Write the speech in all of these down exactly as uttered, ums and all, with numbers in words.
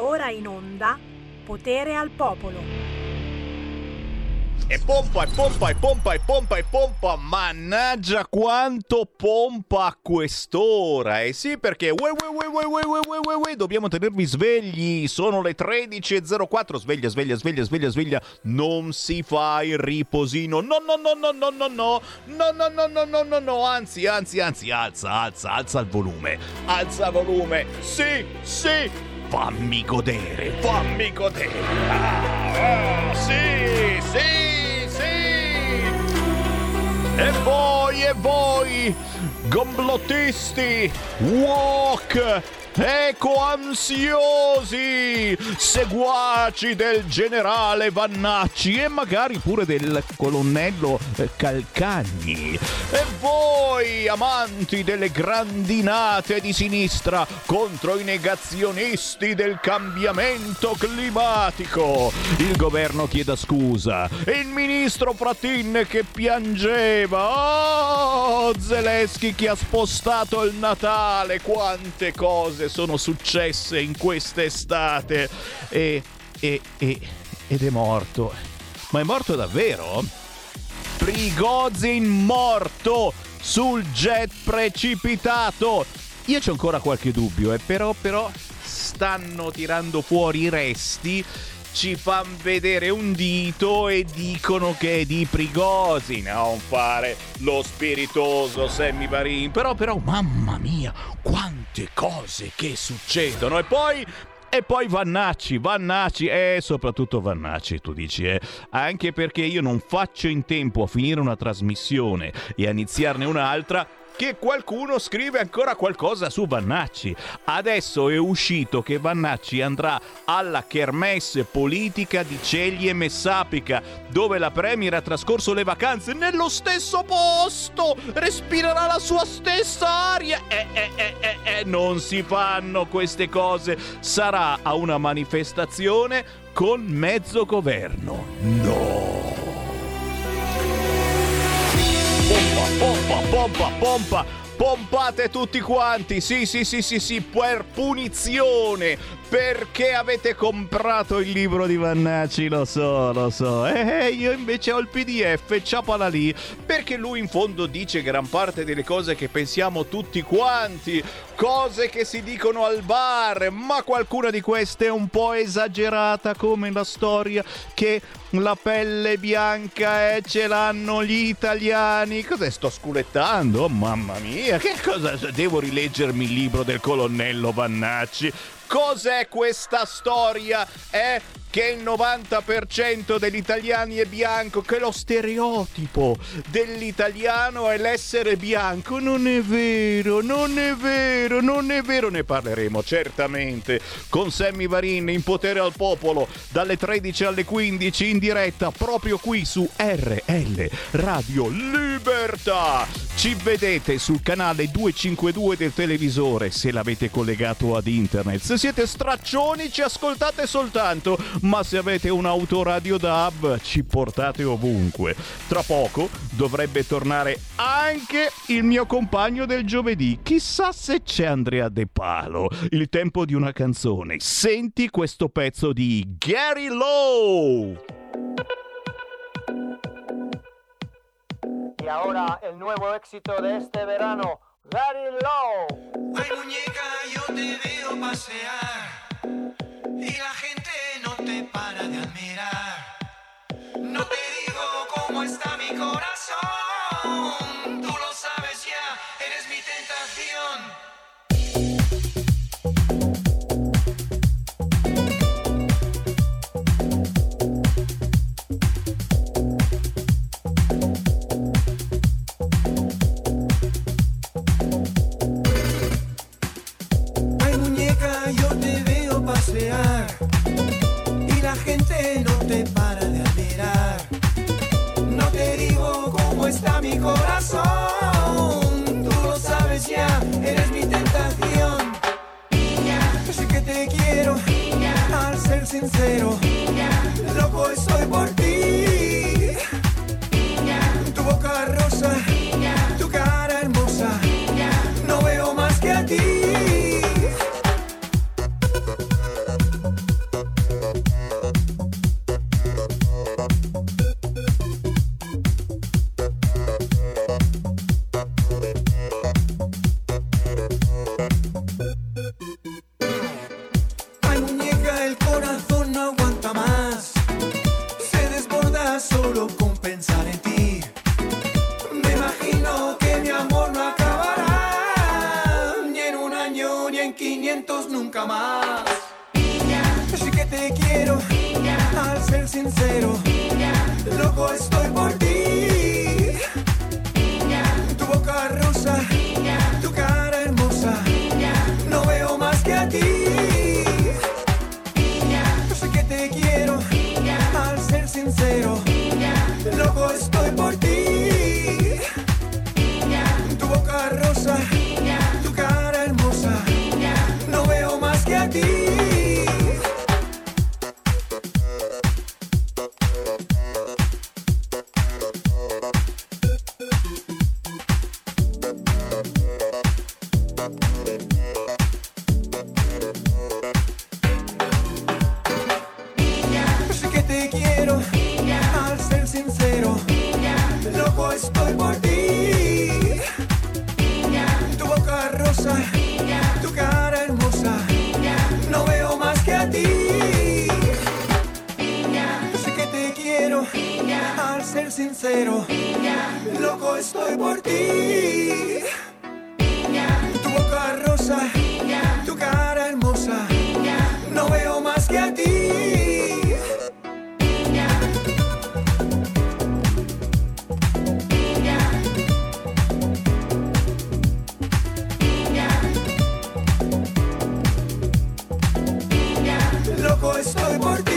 ora in onda Potere al Popolo. E pompa, e pompa, e pompa, e pompa, e pompa, mannaggia quanto pompa a quest'ora. E sì, perché ue, ue, ue, ue, ue, ue, ue, ue, ue, dobbiamo tenervi svegli, sono le tredici e zero quattro, sveglia, sveglia, sveglia, sveglia, sveglia, non si fa il riposino, no, no, no, no, no, no, no, no, no, no, no, no, no, no, anzi, anzi, anzi, alza, alza, alza il volume, alza il volume, sì, sì, fammi godere, fammi godere, ah, ah, sì, sì. E voi, e voi, gomblottisti, wok, eco-ansiosi, seguaci del generale Vannacci e magari pure del colonnello Calcagni. E voi, amanti delle grandinate di sinistra contro i negazionisti del cambiamento climatico. Il governo chieda scusa. Il ministro Frattin che piangeva. Oh, Zelensky che ha spostato il Natale. Quante cose sono successe in quest'estate e, e, e ed è morto. Ma è morto davvero? Prigozhin morto sul jet precipitato. Io c'ho ancora qualche dubbio, eh, però però stanno tirando fuori i resti, ci fanno vedere un dito e dicono che è di Prigozhin. Non fare lo spiritoso Sammy Varin, però però mamma mia, quante cose che succedono. E poi E poi Vannacci, Vannacci e soprattutto Vannacci, tu dici, eh? Anche perché io non faccio in tempo a finire una trasmissione e a iniziarne un'altra che qualcuno scrive ancora qualcosa su Vannacci. Adesso è uscito che Vannacci andrà alla kermesse politica di Ceglie Messapica, dove la premier ha trascorso le vacanze nello stesso posto, respirerà la sua stessa aria. Eh, eh, eh, eh, eh, non si fanno queste cose. Sarà a una manifestazione con mezzo governo. No! Pompa, pompa, pompa, pompa, pompate tutti quanti, sì, sì, sì, sì, sì, per punizione, perché avete comprato il libro di Vannacci, lo so, lo so, e eh, io invece ho il P D F, ciapala lì, perché lui in fondo dice gran parte delle cose che pensiamo tutti quanti, cose che si dicono al bar, ma qualcuna di queste è un po' esagerata, come la storia che la pelle bianca e ce l'hanno gli italiani. Cos'è sto sculettando? Oh, mamma mia, che cosa? Devo rileggermi il libro del colonnello Vannacci. Cos'è questa storia? È che il novanta per cento degli italiani è bianco, che lo stereotipo dell'italiano è l'essere bianco. Non è vero, non è vero, non è vero. Ne parleremo certamente con Sammy Varin in Potere al Popolo dalle tredici alle quindici in diretta proprio qui su R L Radio Libertà. Ci vedete sul canale duecentocinquantadue del televisore se l'avete collegato ad internet. Se siete straccioni ci ascoltate soltanto, ma se avete un autoradio D A B ci portate ovunque. Tra poco dovrebbe tornare anche il mio compagno del giovedì. Chissà se c'è Andrea De Palo. Il tempo di una canzone. Senti questo pezzo di Gary Lowe. Y ahora el nuevo éxito de este verano, Gary Lowe. Ay, muñeca, yo te veo pasear y la gente no te para de admirar. No te digo cómo está mi corazón, tú lo sabes ya, eres mi tentación. Ay, muñeca, yo te año ni en quinientos nunca más. Sí que te quiero, al ser sincero, loco estoy por ti. Tu boca rosa, tu cara hermosa, no veo más que a ti. Sí que te quiero, al ser sincero, loco estoy por ti. Tu boca rosa, tu cara hermosa, no veo más que a ti. Sí que te quiero, al ser sincero, loco estoy por ti. Tu boca rosa, tu cara hermosa, no veo más que a ti. Sí que te quiero, al ser sincero, loco estoy por ti. Tu boca rosa, tu cara hermosa, no veo más que a ti. Loco estoy por ti.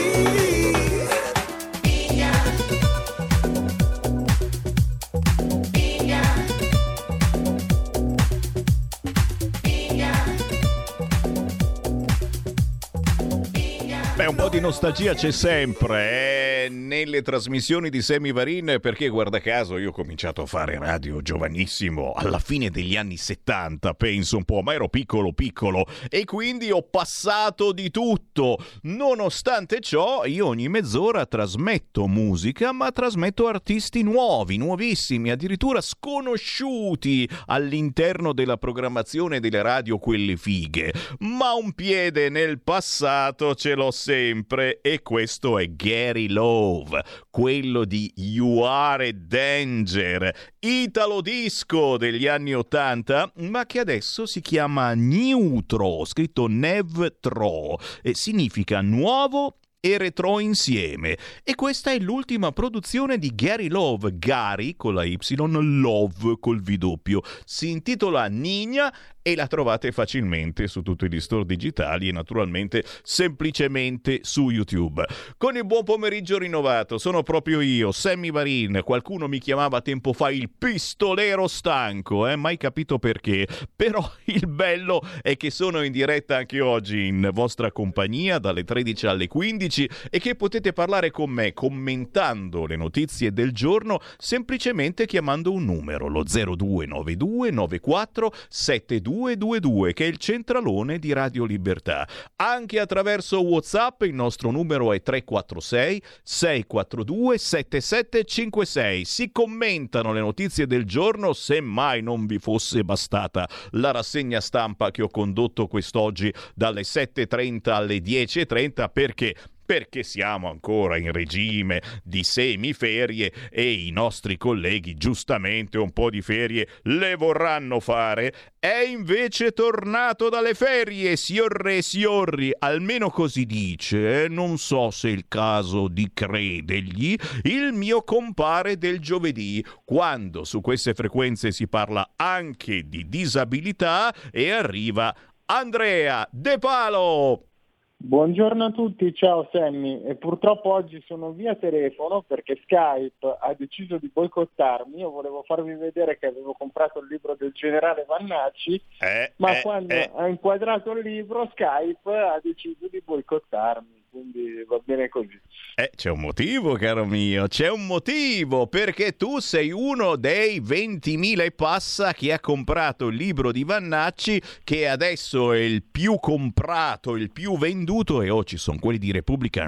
Beh, un po' di nostalgia c'è sempre eh, nelle trasmissioni di Sammy Varin, perché guarda caso io ho cominciato a fare radio giovanissimo alla fine degli anni settanta, penso un po', ma ero piccolo piccolo e quindi ho passato di tutto. Nonostante ciò, io ogni mezz'ora trasmetto musica, ma trasmetto artisti nuovi, nuovissimi, addirittura sconosciuti all'interno della programmazione delle radio, quelle fighe. Ma un piede nel passato ce l'ho sempre, e questo è Gary Love, quello di You Are a Danger, italo disco degli anni ottanta, ma che adesso si chiama Neutro, scritto Nevtro, e significa nuovo e retro insieme. E questa è l'ultima produzione di Gary Love, Gary con la Y, Love col V doppio. Si intitola Nina e la trovate facilmente su tutti gli store digitali e naturalmente semplicemente su YouTube. Con il buon pomeriggio rinnovato, sono proprio io, Sammy Varin. Qualcuno mi chiamava tempo fa il pistolero stanco, eh? Mai capito perché, però il bello è che sono in diretta anche oggi in vostra compagnia dalle tredici alle quindici e che potete parlare con me commentando le notizie del giorno semplicemente chiamando un numero, lo zero due nove due nove quattro sette due due due, che è il centralone di Radio Libertà. Anche attraverso WhatsApp il nostro numero è tre quattro sei sei quattro due sette sette cinque sei. Si commentano le notizie del giorno, se mai non vi fosse bastata la rassegna stampa che ho condotto quest'oggi dalle sette e trenta alle dieci e trenta, perché perché siamo ancora in regime di semiferie e i nostri colleghi giustamente un po' di ferie le vorranno fare. È invece tornato dalle ferie, signore e signori, almeno così dice, eh? Non so se è il caso di credergli, il mio compare del giovedì, quando su queste frequenze si parla anche di disabilità e arriva Andrea De Palo. Buongiorno a tutti, ciao Sammy. E purtroppo oggi sono via telefono perché Skype ha deciso di boicottarmi. Io volevo farvi vedere che avevo comprato il libro del generale Vannacci, eh, ma eh, quando eh. ha inquadrato il libro Skype ha deciso di boicottarmi, quindi va bene così. Eh, c'è un motivo, caro mio, c'è un motivo, perché tu sei uno dei ventimila e passa che ha comprato il libro di Vannacci, che adesso è il più comprato, il più venduto, e oh, ci sono quelli di Repubblica.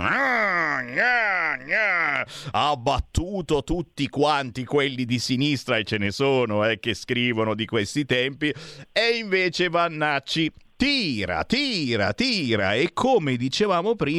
Ha battuto tutti quanti quelli di sinistra, e ce ne sono eh, che scrivono di questi tempi, e invece Vannacci tira, tira, tira, e come dicevamo prima,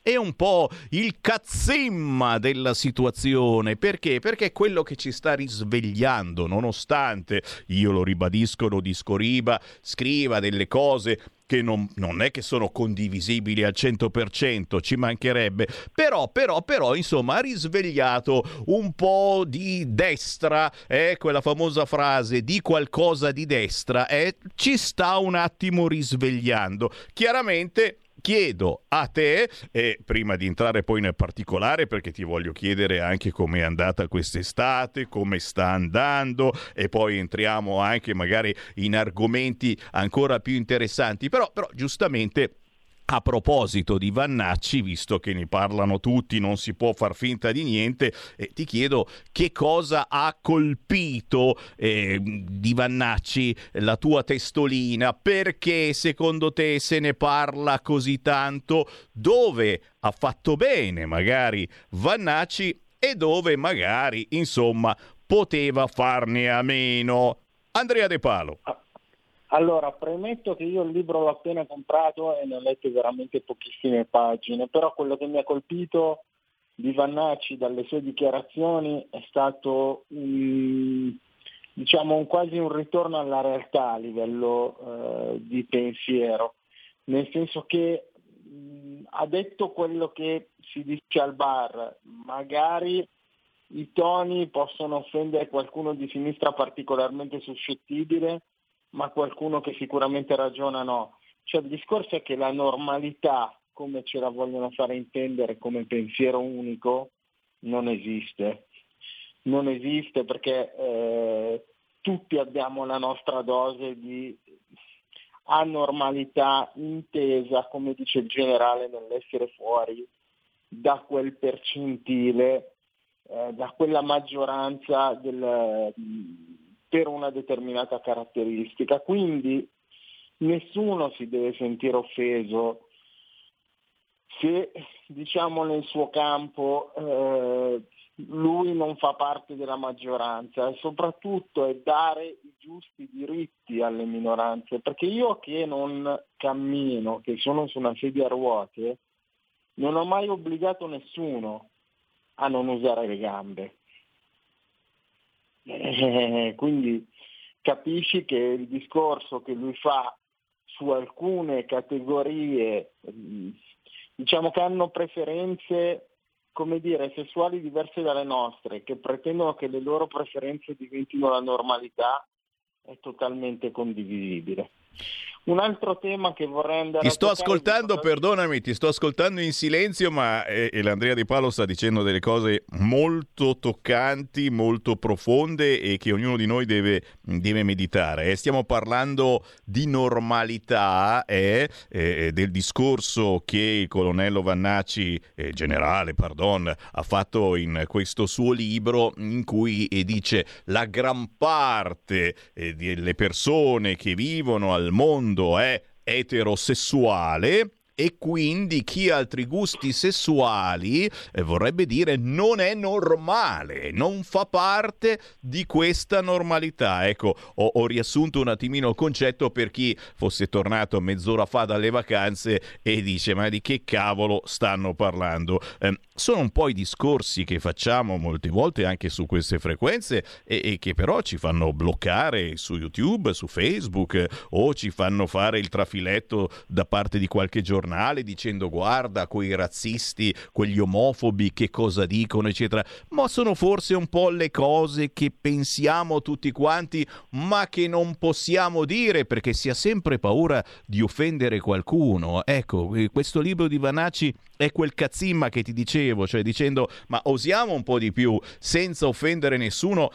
è un po' il cazzimma della situazione. Perché? Perché è quello che ci sta risvegliando, nonostante, io lo ribadisco, lo disco riba, scriva delle cose che non, non è che sono condivisibili al cento per cento, ci mancherebbe, però, però, però, insomma, ha risvegliato un po' di destra, eh, quella famosa frase, di qualcosa di destra, eh, ci sta un attimo risvegliando. Chiaramente chiedo a te, e prima di entrare poi nel particolare, perché ti voglio chiedere anche come è andata quest'estate, come sta andando, e poi entriamo anche magari in argomenti ancora più interessanti, però, però giustamente, a proposito di Vannacci, visto che ne parlano tutti, non si può far finta di niente, eh, ti chiedo che cosa ha colpito eh, di Vannacci la tua testolina, perché secondo te se ne parla così tanto, dove ha fatto bene magari Vannacci e dove magari, insomma, poteva farne a meno. Andrea De Palo. Allora, premetto che io il libro l'ho appena comprato e ne ho lette veramente pochissime pagine, però quello che mi ha colpito di Vannacci dalle sue dichiarazioni è stato un, diciamo un, quasi un ritorno alla realtà a livello eh, di pensiero, nel senso che mh, ha detto quello che si dice al bar, magari i toni possono offendere qualcuno di sinistra particolarmente suscettibile, ma qualcuno che sicuramente ragiona no. Cioè il discorso è che la normalità, come ce la vogliono fare intendere come pensiero unico, non esiste. Non esiste perché eh, tutti abbiamo la nostra dose di anormalità intesa, come dice il generale, nell'essere fuori da quel percentile, eh, da quella maggioranza del... per una determinata caratteristica, quindi nessuno si deve sentire offeso se, diciamo, nel suo campo eh, lui non fa parte della maggioranza, e soprattutto è dare i giusti diritti alle minoranze, perché io che non cammino, che sono su una sedia a ruote, non ho mai obbligato nessuno a non usare le gambe. Eh, quindi capisci che il discorso che lui fa su alcune categorie, diciamo che hanno preferenze, come dire, sessuali diverse dalle nostre, che pretendono che le loro preferenze diventino la normalità, è totalmente condivisibile. Un altro tema che vorrei andare ti sto a toccare... ascoltando, perdonami, ti sto ascoltando in silenzio, ma eh, e l'Andrea Di Palo sta dicendo delle cose molto toccanti, molto profonde e che ognuno di noi deve, deve meditare. Eh. Stiamo parlando di normalità, eh, eh, del discorso che il colonnello Vannacci, eh, generale, pardon, ha fatto in questo suo libro, in cui eh, dice la gran parte eh, delle persone che vivono al mondo è eterosessuale e quindi chi ha altri gusti sessuali eh, vorrebbe dire non è normale, non fa parte di questa normalità. Ecco, ho, ho riassunto un attimino il concetto per chi fosse tornato mezz'ora fa dalle vacanze e dice ma di che cavolo stanno parlando? Eh, sono un po' i discorsi che facciamo molte volte anche su queste frequenze e, e che però ci fanno bloccare su YouTube, su Facebook eh, o ci fanno fare il trafiletto da parte di qualche giornale dicendo guarda quei razzisti, quegli omofobi che cosa dicono eccetera, ma sono forse un po' le cose che pensiamo tutti quanti ma che non possiamo dire perché si ha sempre paura di offendere qualcuno. Ecco, questo libro di Vannacci è quel cazzimma che ti dicevo, cioè dicendo ma osiamo un po' di più senza offendere nessuno,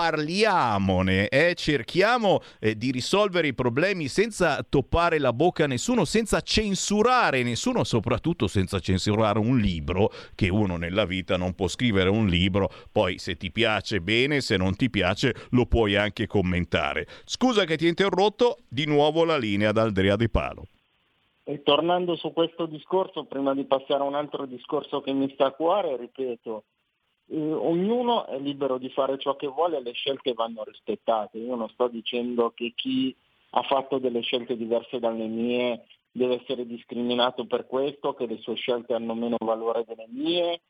parliamone, eh? cerchiamo eh, di risolvere i problemi senza toppare la bocca a nessuno, senza censurare nessuno, soprattutto senza censurare un libro, che uno nella vita non può scrivere un libro, poi se ti piace bene, se non ti piace lo puoi anche commentare. Scusa che ti ho interrotto, di nuovo la linea da Andrea De Palo. E tornando su questo discorso, prima di passare a un altro discorso che mi sta a cuore, ripeto, Eh, ognuno è libero di fare ciò che vuole e le scelte vanno rispettate. Io non sto dicendo che chi ha fatto delle scelte diverse dalle mie, deve essere discriminato per questo, che le sue scelte hanno meno valore delle mie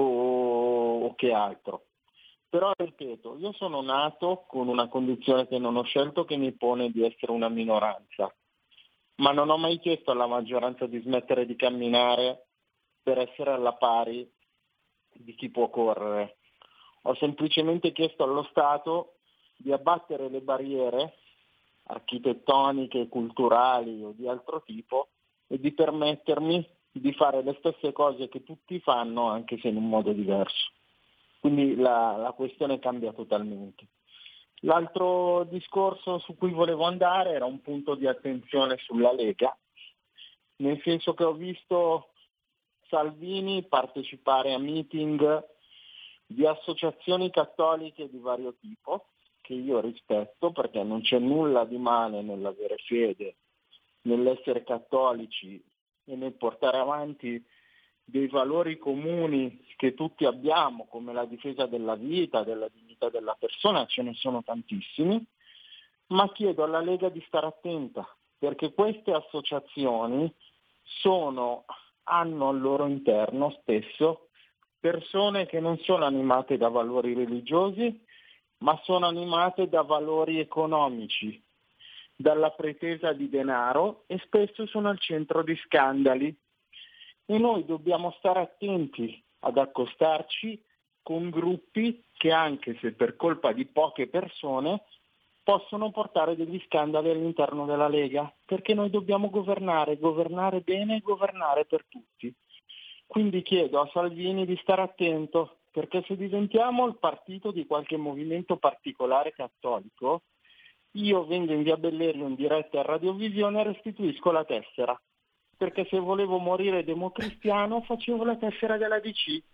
o, o che altro. Però ripeto, io sono nato con una condizione che non ho scelto, che mi pone di essere una minoranza, ma non ho mai chiesto alla maggioranza di smettere di camminare per essere alla pari di chi può correre. Ho semplicemente chiesto allo Stato di abbattere le barriere architettoniche, culturali o di altro tipo e di permettermi di fare le stesse cose che tutti fanno, anche se in un modo diverso. Quindi la, la questione cambia totalmente. L'altro discorso su cui volevo andare era un punto di attenzione sulla Lega, nel senso che ho visto Salvini partecipare a meeting di associazioni cattoliche di vario tipo, che io rispetto perché non c'è nulla di male nell'avere fede, nell'essere cattolici e nel portare avanti dei valori comuni che tutti abbiamo, come la difesa della vita, della dignità della persona, ce ne sono tantissimi, ma chiedo alla Lega di stare attenta, perché queste associazioni sono, hanno al loro interno spesso persone che non sono animate da valori religiosi, ma sono animate da valori economici, dalla pretesa di denaro e spesso sono al centro di scandali. E noi dobbiamo stare attenti ad accostarci con gruppi che, anche se per colpa di poche persone, possono portare degli scandali all'interno della Lega, perché noi dobbiamo governare, governare bene e governare per tutti. Quindi chiedo a Salvini di stare attento, perché se diventiamo il partito di qualche movimento particolare cattolico, io vengo in via Bellerio in diretta a Radiovisione e restituisco la tessera, perché se volevo morire democristiano facevo la tessera della D C.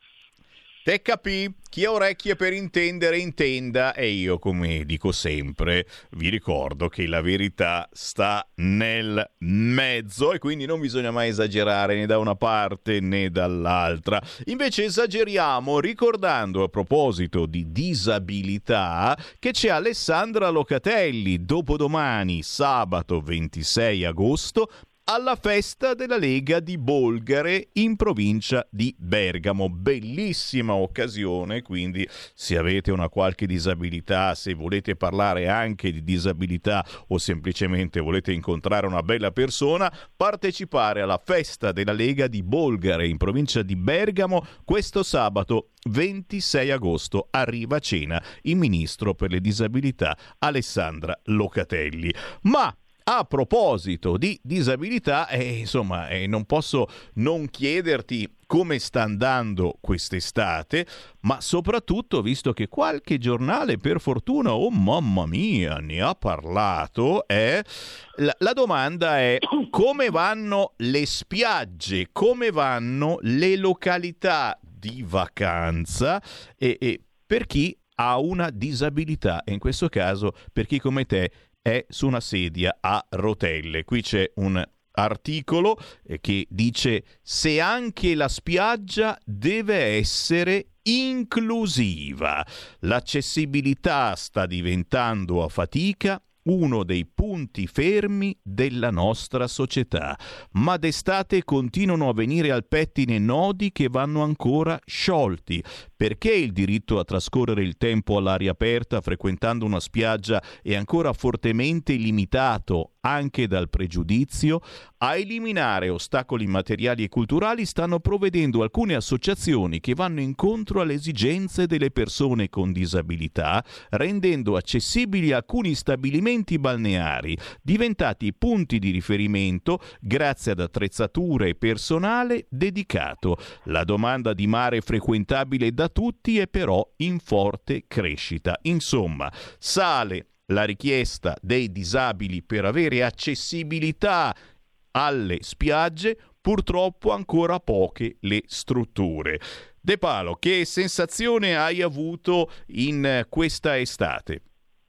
Te capì? Chi ha orecchie per intendere intenda, e io, come dico sempre, vi ricordo che la verità sta nel mezzo e quindi non bisogna mai esagerare né da una parte né dall'altra. Invece esageriamo ricordando, a proposito di disabilità, che c'è Alessandra Locatelli dopodomani, sabato ventisei agosto, alla festa della Lega di Bolgare in provincia di Bergamo. Bellissima occasione, quindi se avete una qualche disabilità, se volete parlare anche di disabilità o semplicemente volete incontrare una bella persona, partecipare alla festa della Lega di Bolgare in provincia di Bergamo questo sabato ventisei agosto. Arriva a cena il ministro per le disabilità Alessandra Locatelli. Ma a proposito di disabilità, eh, insomma, eh, non posso non chiederti come sta andando quest'estate, ma soprattutto, visto che qualche giornale, per fortuna, oh mamma mia, ne ha parlato, eh, la, la domanda è: come vanno le spiagge, come vanno le località di vacanza e, e per chi ha una disabilità, e in questo caso per chi come te è su una sedia a rotelle. Qui c'è un articolo che dice: se anche la spiaggia deve essere inclusiva. L'accessibilità sta diventando a fatica uno dei punti fermi della nostra società, ma d'estate continuano a venire al pettine nodi che vanno ancora sciolti. Perché il diritto a trascorrere il tempo all'aria aperta frequentando una spiaggia è ancora fortemente limitato anche dal pregiudizio? A eliminare ostacoli materiali e culturali stanno provvedendo alcune associazioni che vanno incontro alle esigenze delle persone con disabilità, rendendo accessibili alcuni stabilimenti balneari, diventati punti di riferimento grazie ad attrezzature e personale dedicato. La domanda di mare frequentabile da tutti è però in forte crescita. Insomma, sale la richiesta dei disabili per avere accessibilità alle spiagge, purtroppo ancora poche le strutture. De Palo, che sensazione hai avuto in questa estate?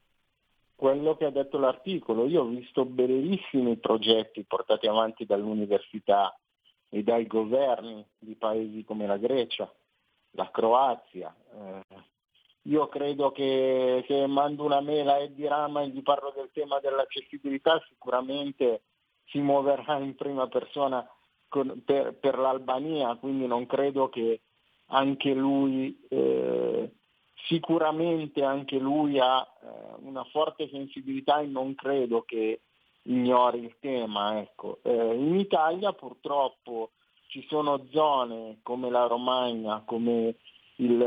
Quello che ha detto l'articolo, io ho visto bellissimi progetti portati avanti dall'università e dai governi di paesi come la Grecia, la Croazia. Eh, io credo che se mando una mail a Eddie Rama e gli parlo del tema dell'accessibilità, sicuramente si muoverà in prima persona con, per, per l'Albania, quindi non credo che anche lui, eh, sicuramente anche lui ha eh, una forte sensibilità e non credo che ignori il tema. Ecco. Eh, in Italia purtroppo ci sono zone come la Romagna, come il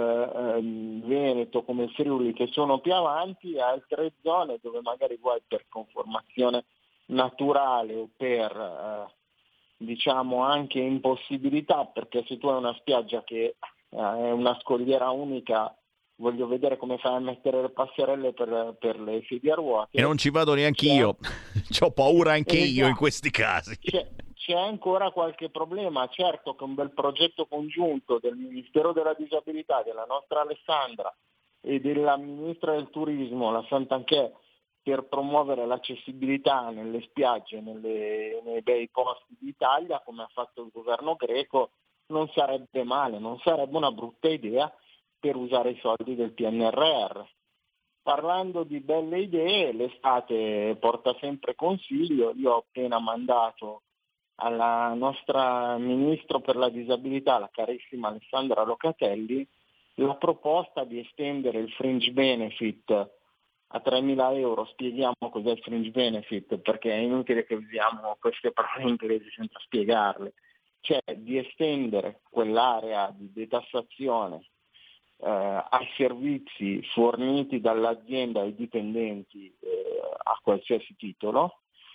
eh, Veneto, come il Friuli, che sono più avanti, e altre zone dove magari vuoi per conformazione naturale o per eh, diciamo anche impossibilità, perché se tu hai una spiaggia che eh, è una scogliera unica, voglio vedere come fai a mettere le passerelle per, per le sedie a ruote. E non ci vado neanche io, c'ho paura anche esatto. io in questi casi. C'è, c'è ancora qualche problema, certo che un bel progetto congiunto del Ministero della Disabilità, della nostra Alessandra e della Ministra del Turismo, la Santanchè, per promuovere l'accessibilità nelle spiagge, nelle, nei bei posti d'Italia, come ha fatto il governo greco, non sarebbe male, non sarebbe una brutta idea per usare i soldi del P N R R. Parlando di belle idee, l'estate porta sempre consiglio. Io ho appena mandato alla nostra Ministro per la Disabilità, la carissima Alessandra Locatelli, la proposta di estendere il fringe benefit a tremila euro. Spieghiamo cos'è il fringe benefit, perché è inutile che usiamo queste parole inglesi senza spiegarle. Cioè di estendere quell'area di detassazione eh, ai servizi forniti dall'azienda ai dipendenti eh, a qualsiasi titolo,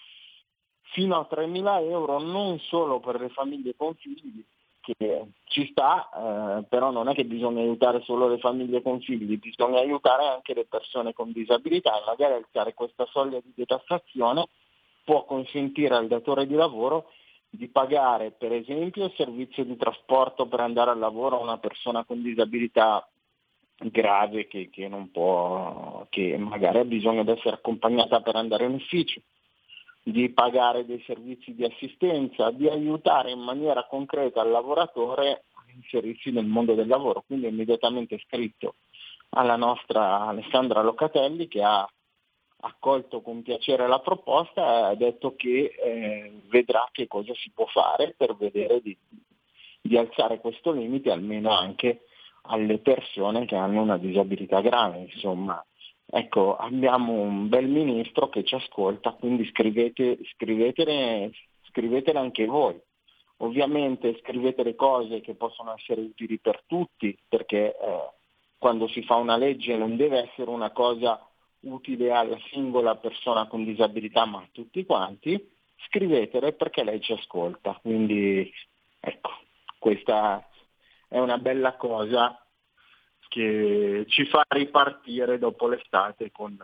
fino a tremila euro, non solo per le famiglie con figli, che ci sta, eh, però non è che bisogna aiutare solo le famiglie con figli, bisogna aiutare anche le persone con disabilità, e magari alzare questa soglia di detassazione può consentire al datore di lavoro di pagare per esempio il servizio di trasporto per andare al lavoro a una persona con disabilità grave che, che non può, che magari ha bisogno di essere accompagnata per andare in ufficio, di pagare dei servizi di assistenza, di aiutare in maniera concreta il lavoratore a inserirsi nel mondo del lavoro. Quindi ho immediatamente scritto alla nostra Alessandra Locatelli, che ha accolto con piacere la proposta e ha detto che eh, vedrà che cosa si può fare per vedere di, di alzare questo limite almeno anche alle persone che hanno una disabilità grave. Insomma, ecco, abbiamo un bel ministro che ci ascolta, quindi scrivete, scrivetele, scrivetele anche voi. Ovviamente scrivete le cose che possono essere utili per tutti, perché eh, quando si fa una legge non deve essere una cosa utile alla singola persona con disabilità, ma a tutti quanti. Scrivetele perché lei ci ascolta, quindi ecco, questa è una bella cosa che ci fa ripartire dopo l'estate con,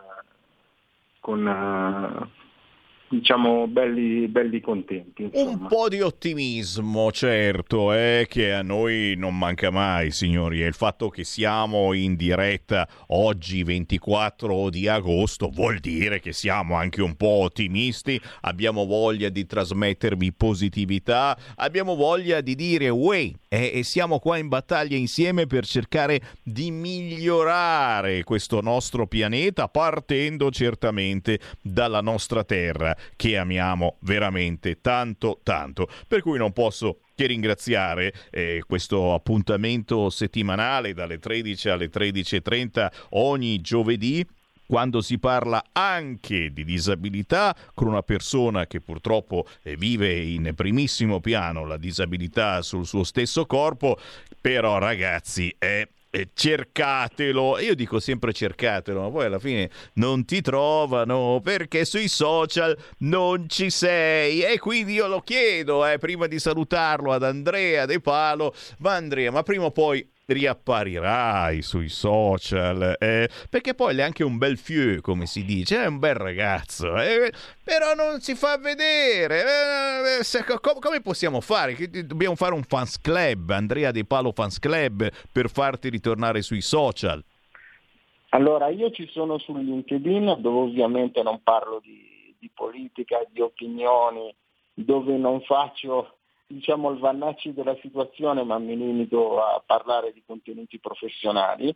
con diciamo belli, belli contenti, insomma. Un po' di ottimismo, certo, eh, che a noi non manca mai, signori, e il fatto che siamo in diretta oggi ventiquattro di agosto vuol dire che siamo anche un po' ottimisti, abbiamo voglia di trasmettervi positività, abbiamo voglia di dire uè, e, e siamo qua in battaglia insieme per cercare di migliorare questo nostro pianeta, partendo certamente dalla nostra terra, che amiamo veramente tanto tanto, per cui non posso che ringraziare eh, questo appuntamento settimanale dalle tredici alle tredici e trenta ogni giovedì, quando si parla anche di disabilità con una persona che purtroppo eh, vive in primissimo piano la disabilità sul suo stesso corpo. Però ragazzi è Eh, cercatelo, io dico sempre cercatelo, ma poi alla fine non ti trovano perché sui social non ci sei, e quindi io lo chiedo eh, prima di salutarlo ad Andrea De Palo: ma Andrea, ma prima o poi riapparirai sui social, eh? Perché poi è anche un bel fieu, come si dice, è un bel ragazzo, eh? Però non si fa vedere, eh? Se, com- come possiamo fare? Dobbiamo fare un fans club, Andrea De Palo fans club, per farti ritornare sui social. Allora, io ci sono su LinkedIn, dove ovviamente non parlo di, di politica, di opinioni, dove non faccio, diciamo, il Vannacci della situazione, ma mi limito a parlare di contenuti professionali.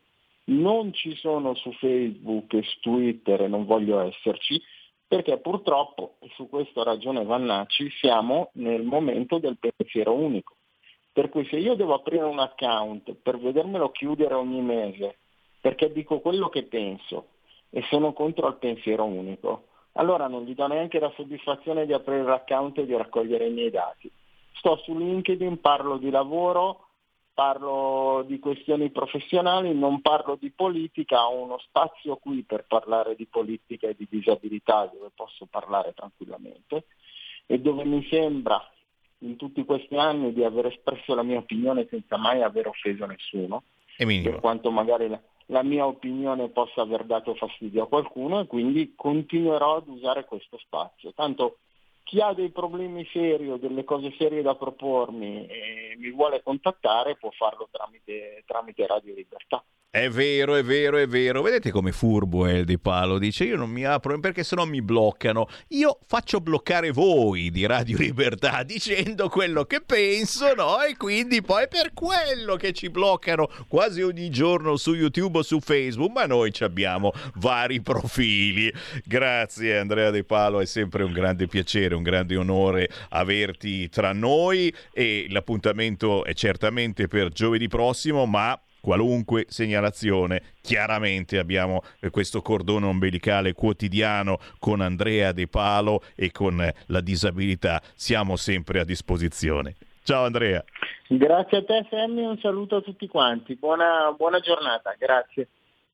Non ci sono su Facebook e su Twitter e non voglio esserci, perché purtroppo, e su questo ha ragione Vannacci, siamo nel momento del pensiero unico. Per cui se io devo aprire un account per vedermelo chiudere ogni mese, perché dico quello che penso e sono contro il pensiero unico, allora non gli do neanche la soddisfazione di aprire l'account e di raccogliere i miei dati. Sto su LinkedIn, parlo di lavoro, parlo di questioni professionali, non parlo di politica, ho uno spazio qui per parlare di politica e di disabilità dove posso parlare tranquillamente e dove mi sembra in tutti questi anni di aver espresso la mia opinione senza mai aver offeso nessuno, per quanto magari la, la mia opinione possa aver dato fastidio a qualcuno, e quindi continuerò ad usare questo spazio. Tanto chi ha dei problemi seri o delle cose serie da propormi e mi vuole contattare può farlo tramite, tramite Radio Libertà. È vero, è vero, è vero. Vedete come furbo è il De Palo? Dice io non mi apro perché sennò mi bloccano. Io faccio bloccare voi di Radio Libertà dicendo quello che penso, no? E quindi poi è per quello che ci bloccano quasi ogni giorno su YouTube o su Facebook, ma noi ci abbiamo vari profili. Grazie Andrea De Palo, è sempre un grande piacere, un grande onore averti tra noi e l'appuntamento è certamente per giovedì prossimo, ma qualunque segnalazione, chiaramente abbiamo questo cordone ombelicale quotidiano con Andrea De Palo e con la disabilità, siamo sempre a disposizione. Ciao Andrea. Grazie a te Sammy, un saluto a tutti quanti, buona, buona giornata, grazie.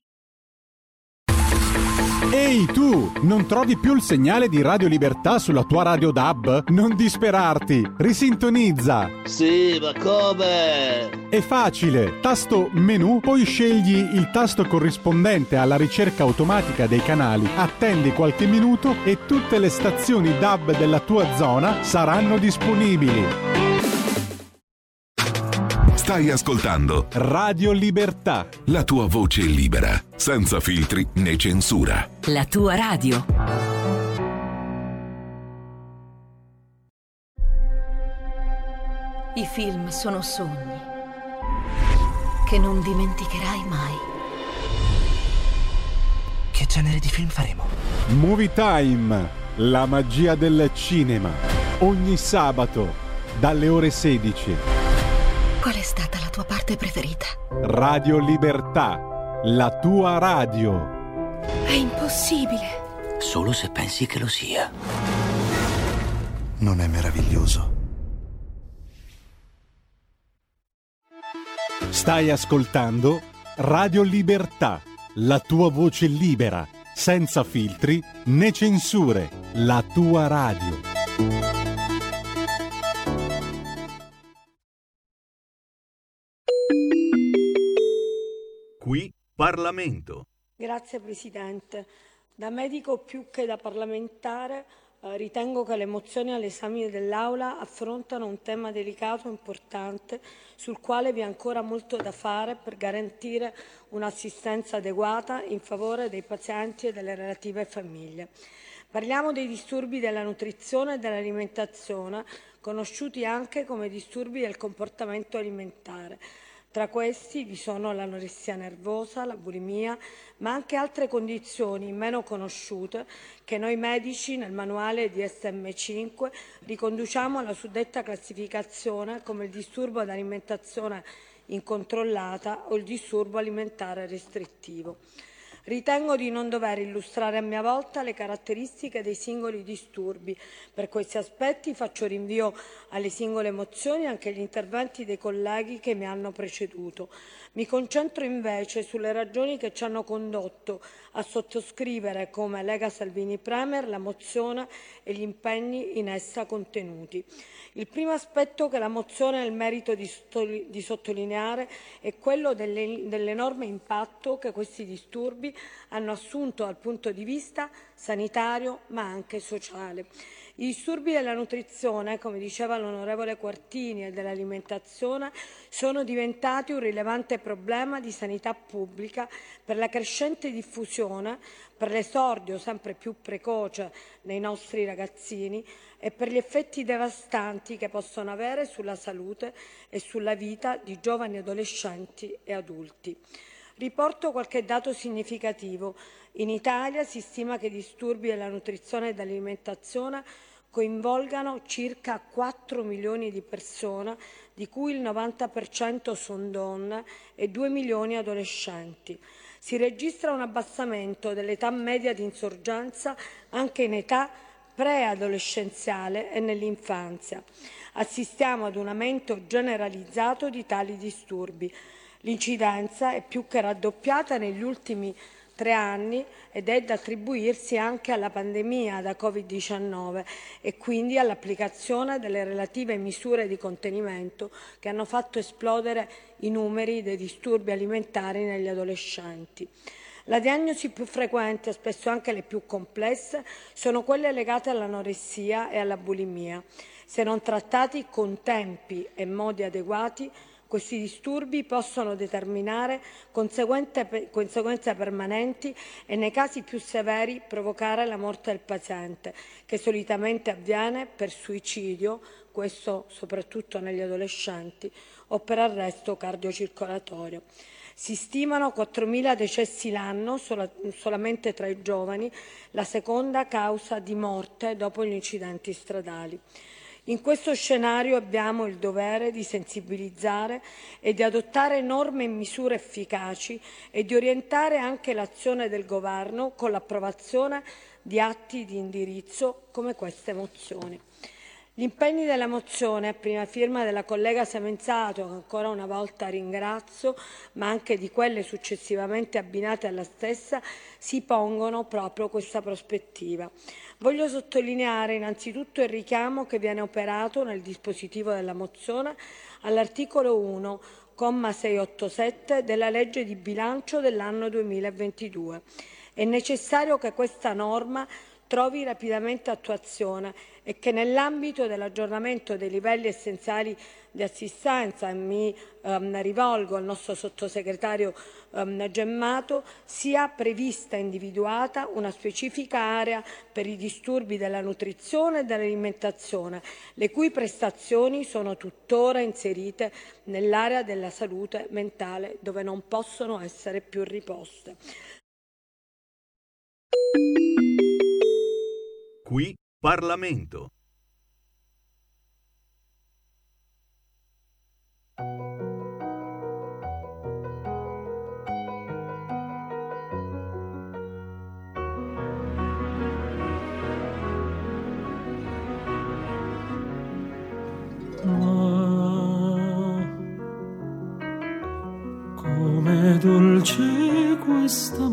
Ehi tu, non trovi più il segnale di Radio Libertà sulla tua radio D A B? Non disperarti, risintonizza! Sì, ma come? È facile, tasto menu, poi scegli il tasto corrispondente alla ricerca automatica dei canali, attendi qualche minuto e tutte le stazioni D A B della tua zona saranno disponibili. Stai ascoltando Radio Libertà, la tua voce libera, senza filtri né censura. La tua radio. I film sono sogni che non dimenticherai mai. Che genere di film faremo? Movie Time, la magia del cinema. Ogni sabato, dalle ore sedici. Qual è stata la tua parte preferita? Radio Libertà, la tua radio. È impossibile. Solo se pensi che lo sia. Non è meraviglioso? Stai ascoltando Radio Libertà, la tua voce libera, senza filtri né censure, la tua radio. Qui Parlamento. Grazie Presidente. Da medico più che da parlamentare eh, ritengo che le mozioni all'esame dell'Aula affrontano un tema delicato e importante sul quale vi è ancora molto da fare per garantire un'assistenza adeguata in favore dei pazienti e delle relative famiglie. Parliamo dei disturbi della nutrizione e dell'alimentazione, conosciuti anche come disturbi del comportamento alimentare. Tra questi vi sono l'anoressia nervosa, la bulimia, ma anche altre condizioni meno conosciute che noi medici nel manuale D S M cinque riconduciamo alla suddetta classificazione come il disturbo d'alimentazione incontrollata o il disturbo alimentare restrittivo. Ritengo di non dover illustrare a mia volta le caratteristiche dei singoli disturbi. Per questi aspetti faccio rinvio alle singole mozioni e anche agli interventi dei colleghi che mi hanno preceduto. Mi concentro invece sulle ragioni che ci hanno condotto a sottoscrivere come Lega Salvini Premier la mozione e gli impegni in essa contenuti. Il primo aspetto che la mozione ha il merito di, di sottolineare è quello delle, dell'enorme impatto che questi disturbi hanno assunto dal punto di vista sanitario ma anche sociale. I disturbi della nutrizione, come diceva l'onorevole Quartini, e dell'alimentazione sono diventati un rilevante problema di sanità pubblica per la crescente diffusione, per l'esordio sempre più precoce nei nostri ragazzini e per gli effetti devastanti che possono avere sulla salute e sulla vita di giovani adolescenti e adulti. Riporto qualche dato significativo. In Italia si stima che i disturbi della nutrizione e dell'alimentazione coinvolgano circa quattro milioni di persone, di cui il novanta per cento sono donne e due milioni adolescenti. Si registra un abbassamento dell'età media di insorgenza anche in età preadolescenziale e nell'infanzia. Assistiamo ad un aumento generalizzato di tali disturbi. L'incidenza è più che raddoppiata negli ultimi tre anni ed è da attribuirsi anche alla pandemia da covid diciannove e quindi all'applicazione delle relative misure di contenimento che hanno fatto esplodere i numeri dei disturbi alimentari negli adolescenti. La diagnosi più frequente, e spesso anche le più complesse, sono quelle legate all'anoressia e alla bulimia. Se non trattati con tempi e modi adeguati, questi disturbi possono determinare conseguenze permanenti e, nei casi più severi, provocare la morte del paziente, che solitamente avviene per suicidio, questo soprattutto negli adolescenti, o per arresto cardiocircolatorio. Si stimano quattromila decessi l'anno sola, solamente tra i giovani, la seconda causa di morte dopo gli incidenti stradali. In questo scenario abbiamo il dovere di sensibilizzare e di adottare norme e misure efficaci e di orientare anche l'azione del Governo con l'approvazione di atti di indirizzo come queste mozioni. Gli impegni della mozione, a prima firma della collega Semenzato, che ancora una volta ringrazio, ma anche di quelle successivamente abbinate alla stessa, si pongono proprio questa prospettiva. Voglio sottolineare innanzitutto il richiamo che viene operato nel dispositivo della mozione all'articolo uno, comma seicentoottantasette della legge di bilancio dell'anno duemilaventidue. È necessario che questa norma trovi rapidamente attuazione e che nell'ambito dell'aggiornamento dei livelli essenziali di assistenza, e mi ehm, rivolgo al nostro sottosegretario ehm, Gemmato, sia prevista e individuata una specifica area per i disturbi della nutrizione e dell'alimentazione, le cui prestazioni sono tuttora inserite nell'area della salute mentale, dove non possono essere più riposte. Qui Parlamento. Ma com'è dolce questa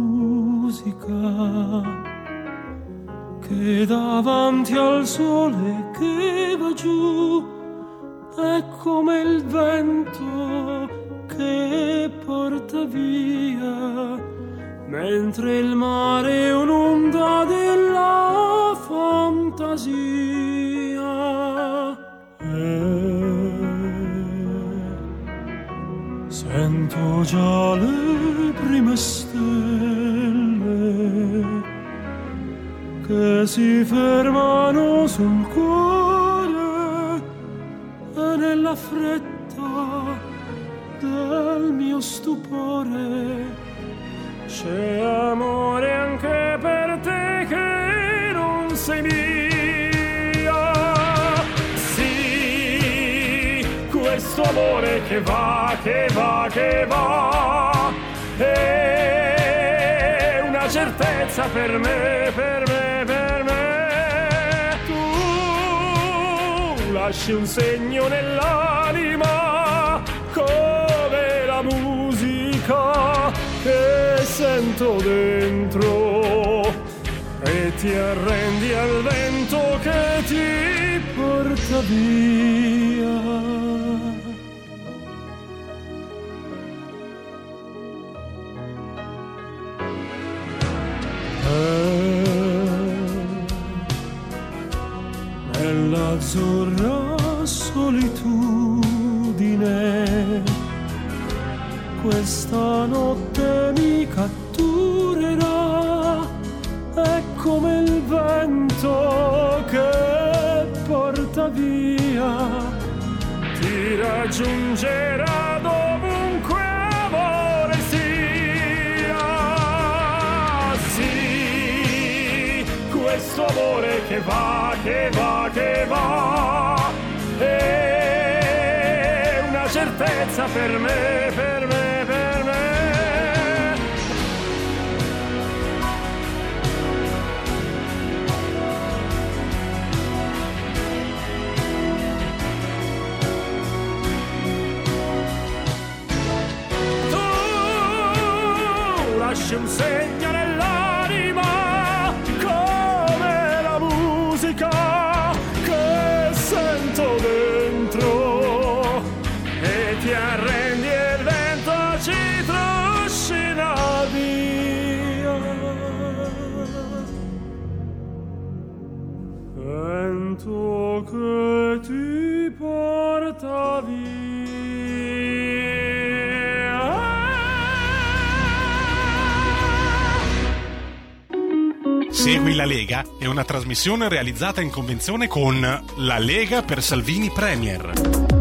musica che davanti al sole che va giù è come il vento che porta via, mentre il mare è un'onda della fantasia. E sento già le prime stelle che si fermano sul cuore e nella fretta del mio stupore c'è amore anche per te che non sei mia. Sì, questo amore che va, che va, che va è una certezza per me, per me. Lasci un segno nell'anima come la musica che sento dentro e ti arrendi al vento che ti porta via. Nell'azzurra solitudine questa notte mi catturerà, è come il vento che porta via, ti raggiungerà dovunque amore sia. suo amore che va, che va, che va. È una certezza per me, per me, per me. Tu lasci un segno nell'anima come la musica che sento dentro, e ti arrendi e il vento ci trascina via. Vento che ti porta via. Segui la Lega è una trasmissione realizzata in convenzione con La Lega per Salvini Premier.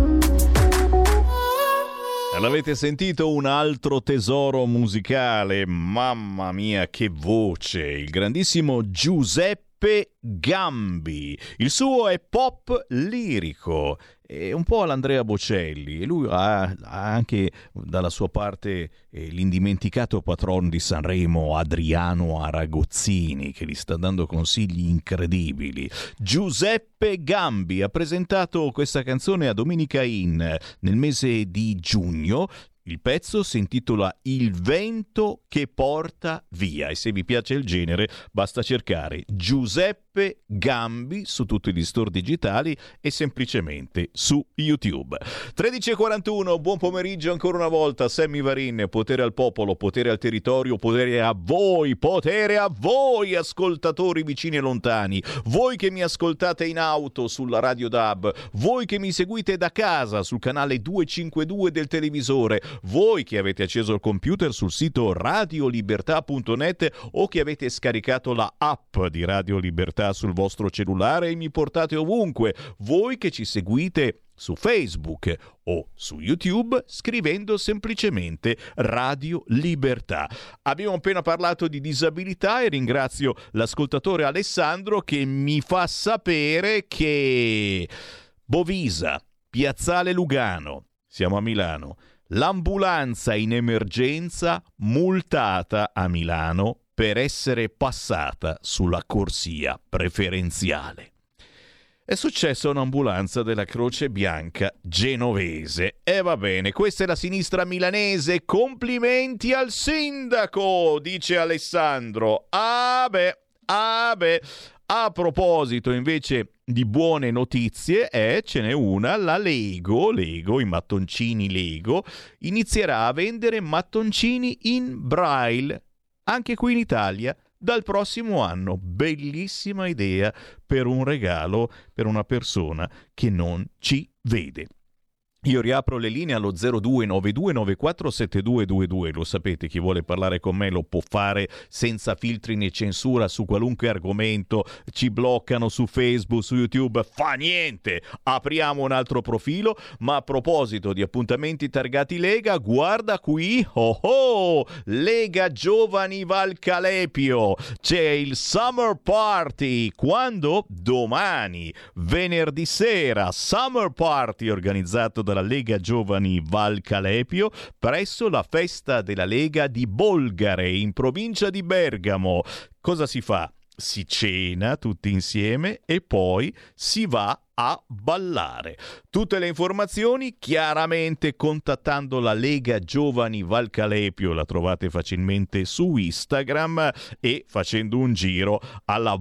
L'avete sentito, un altro tesoro musicale, mamma mia che voce, il grandissimo Giuseppe Gambi. Il suo è pop lirico, è un po' all'Andrea Bocelli, e lui ha, ha anche dalla sua parte eh, l'indimenticato patron di Sanremo Adriano Aragozzini, che gli sta dando consigli incredibili. Giuseppe Gambi ha presentato questa canzone a Domenica In nel mese di giugno. Il pezzo si intitola Il vento che porta via, e se vi piace il genere basta cercare Giuseppe Gambi su tutti gli store digitali e semplicemente su YouTube. tredici e quarantuno, buon pomeriggio ancora una volta. Sammy Varin, potere al popolo, potere al territorio, potere a voi, potere a voi ascoltatori vicini e lontani, voi che mi ascoltate in auto sulla Radio D A B, voi che mi seguite da casa sul canale duecentocinquantadue del televisore, voi che avete acceso il computer sul sito radio libertà punto net o che avete scaricato la app di Radio Libertà sul vostro cellulare e mi portate ovunque, voi che ci seguite su Facebook o su YouTube scrivendo semplicemente Radio Libertà. Abbiamo appena parlato di disabilità e ringrazio l'ascoltatore Alessandro che mi fa sapere che Bovisa, Piazzale Lugano, siamo a Milano, l'ambulanza in emergenza multata a Milano per essere passata sulla corsia preferenziale. È successo a un'ambulanza della Croce Bianca genovese. E va bene, questa è la sinistra milanese. Complimenti al sindaco, dice Alessandro. Ah beh, ah beh. A proposito invece di buone notizie, eh, ce n'è una, la Lego, Lego, i mattoncini Lego, inizierà a vendere mattoncini in braille, anche qui in Italia, dal prossimo anno. Bellissima idea per un regalo per una persona che non ci vede. Io riapro le linee allo zero due nove due nove quattro sette due due due, lo sapete, chi vuole parlare con me lo può fare senza filtri né censura su qualunque argomento, ci bloccano su Facebook, su YouTube, fa niente, apriamo un altro profilo. Ma a proposito di appuntamenti targati Lega, guarda qui, oh oh, Lega Giovani Val Calepio, c'è il Summer Party, quando? Domani, venerdì sera, Summer Party organizzato dalla Lega Giovani Val Calepio presso la festa della Lega di Bolgare in provincia di Bergamo. Cosa si fa? Si cena tutti insieme e poi si va a ballare. Tutte le informazioni chiaramente contattando la Lega Giovani Val Calepio, la trovate facilmente su Instagram, e facendo un giro alla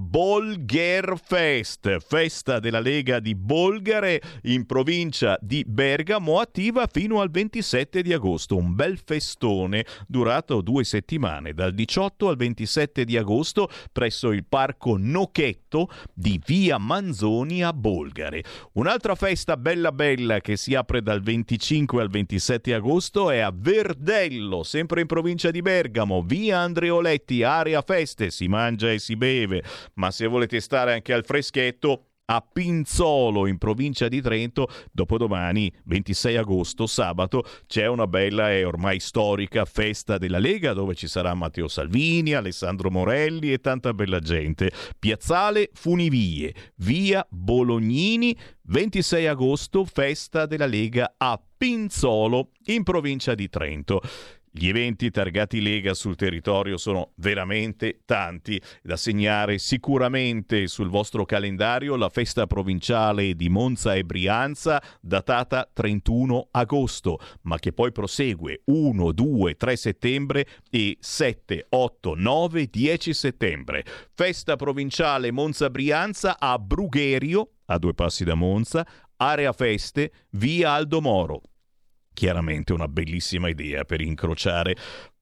Bolger Fest, festa della Lega di Bolgare in provincia di Bergamo, attiva fino al ventisette di agosto, un bel festone durato due settimane, dal diciotto al ventisette di agosto presso il Parco Nocchetto di via Manzoni a Bolgare. Un'altra festa bella bella che si apre dal venticinque al ventisette agosto è a Verdello, sempre in provincia di Bergamo, via Andreoletti, area feste, si mangia e si beve, ma se volete stare anche al freschetto, a Pinzolo in provincia di Trento. Dopodomani, ventisei agosto, sabato, c'è una bella e ormai storica festa della Lega dove ci sarà Matteo Salvini, Alessandro Morelli e tanta bella gente. Piazzale Funivie, via Bolognini, ventisei agosto, festa della Lega a Pinzolo in provincia di Trento. Gli eventi targati Lega sul territorio sono veramente tanti. Da segnare sicuramente sul vostro calendario la festa provinciale di Monza e Brianza, datata trentuno agosto, ma che poi prosegue uno, due, tre settembre e sette, otto, nove, dieci settembre. Festa provinciale Monza-Brianza a Brugherio, a due passi da Monza, area feste, via Aldo Moro. Chiaramente una bellissima idea per incrociare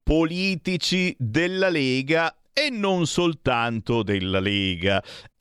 politici della Lega e non soltanto della Lega.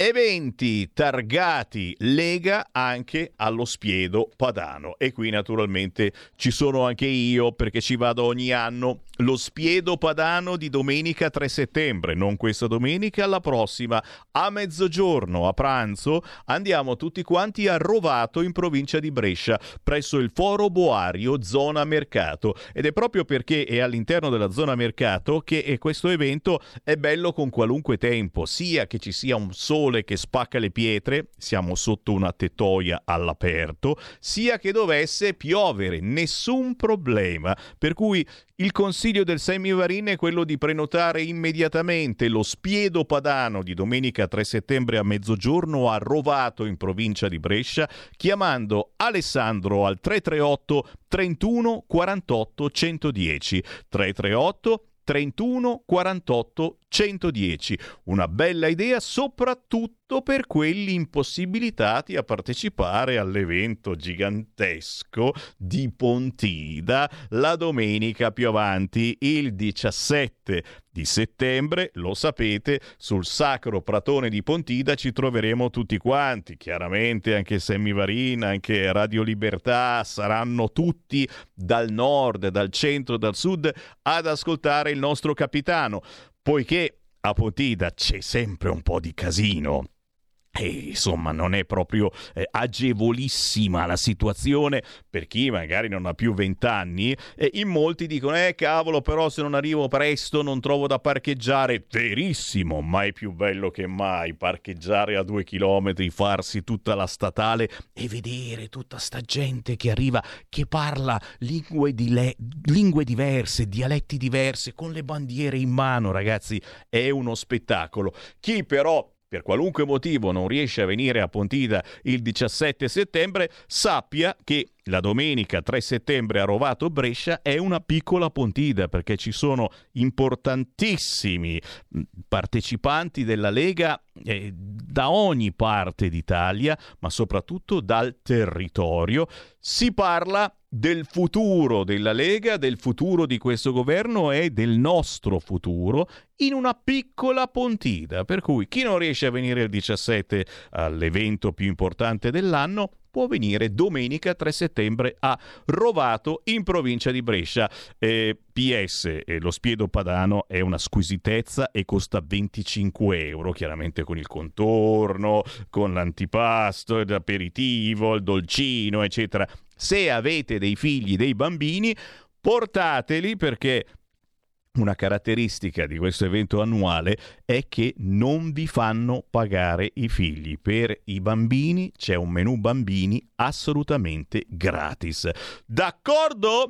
Eventi targati Lega anche allo Spiedo Padano. E qui naturalmente ci sono anche io, perché ci vado ogni anno. Lo Spiedo Padano di domenica tre settembre, non questa domenica, la prossima, a mezzogiorno, a pranzo, andiamo tutti quanti a Rovato in provincia di Brescia, presso il Foro Boario, zona mercato. Ed è proprio perché è all'interno della zona mercato che questo evento è bello con qualunque tempo, sia che ci sia un sole che spacca le pietre, siamo sotto una tettoia all'aperto, sia che dovesse piovere, nessun problema. Per cui il consiglio del Semivarin è quello di prenotare immediatamente lo Spiedo Padano di domenica tre settembre a mezzogiorno a Rovato in provincia di Brescia, chiamando Alessandro al tre tre otto trentuno quarantotto centodieci tre tre otto trentuno quarantotto centodieci. Una bella idea soprattutto per quelli impossibilitati a partecipare all'evento gigantesco di Pontida la domenica più avanti, il diciassette di settembre. Lo sapete, sul Sacro Pratone di Pontida ci troveremo tutti quanti, chiaramente anche Semivarin, anche Radio Libertà, saranno tutti dal nord, dal centro, dal sud ad ascoltare il nostro capitano, poiché a Pontida c'è sempre un po' di casino. E insomma non è proprio eh, agevolissima la situazione per chi magari non ha più vent'anni, e in molti dicono eh cavolo, però se non arrivo presto non trovo da parcheggiare. Verissimo, ma è più bello che mai parcheggiare a due chilometri, farsi tutta la statale e vedere tutta sta gente che arriva, che parla lingue, di le- lingue diverse, dialetti diversi, con le bandiere in mano. Ragazzi, è uno spettacolo. Chi però per qualunque motivo non riesce a venire a Pontida il diciassette settembre, sappia che la domenica tre settembre a Rovato Brescia è una piccola Pontida, perché ci sono importantissimi partecipanti della Lega eh, da ogni parte d'Italia, ma soprattutto dal territorio. Si parla del futuro della Lega, del futuro di questo governo e del nostro futuro in una piccola Pontida, per cui chi non riesce a venire il diciassette all'evento più importante dell'anno può venire domenica tre settembre a Rovato in provincia di Brescia. Eh, P S, eh, lo Spiedo Padano è una squisitezza e costa venticinque euro, chiaramente con il contorno, con l'antipasto, l'aperitivo, il dolcino, eccetera. Se avete dei figli, dei bambini, portateli, perché una caratteristica di questo evento annuale è che non vi fanno pagare i figli. Per i bambini c'è un menù bambini assolutamente gratis. D'accordo?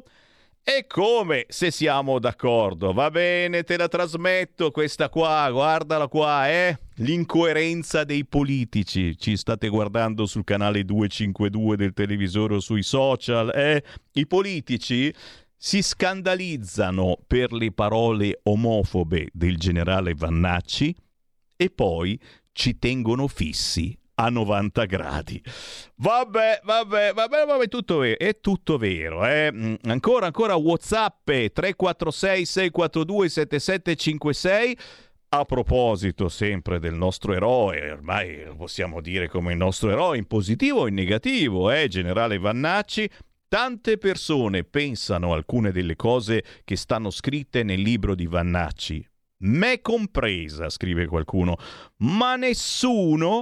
E come se siamo d'accordo? Va bene, te la trasmetto questa qua, guardala qua, eh? L'incoerenza dei politici. Ci state guardando sul canale duecentocinquantadue del televisore o sui social, eh? I politici si scandalizzano per le parole omofobe del generale Vannacci e poi ci tengono fissi a novanta gradi. Vabbè, vabbè, vabbè, vabbè, tutto vero, è tutto vero, eh? Ancora, ancora WhatsApp tre quattro sei sei quattro due sette sette cinque sei. A proposito sempre del nostro eroe, ormai lo possiamo dire come il nostro eroe in positivo o in negativo, eh? Generale Vannacci. Tante persone pensano alcune delle cose che stanno scritte nel libro di Vannacci, me compresa, scrive qualcuno, ma nessuno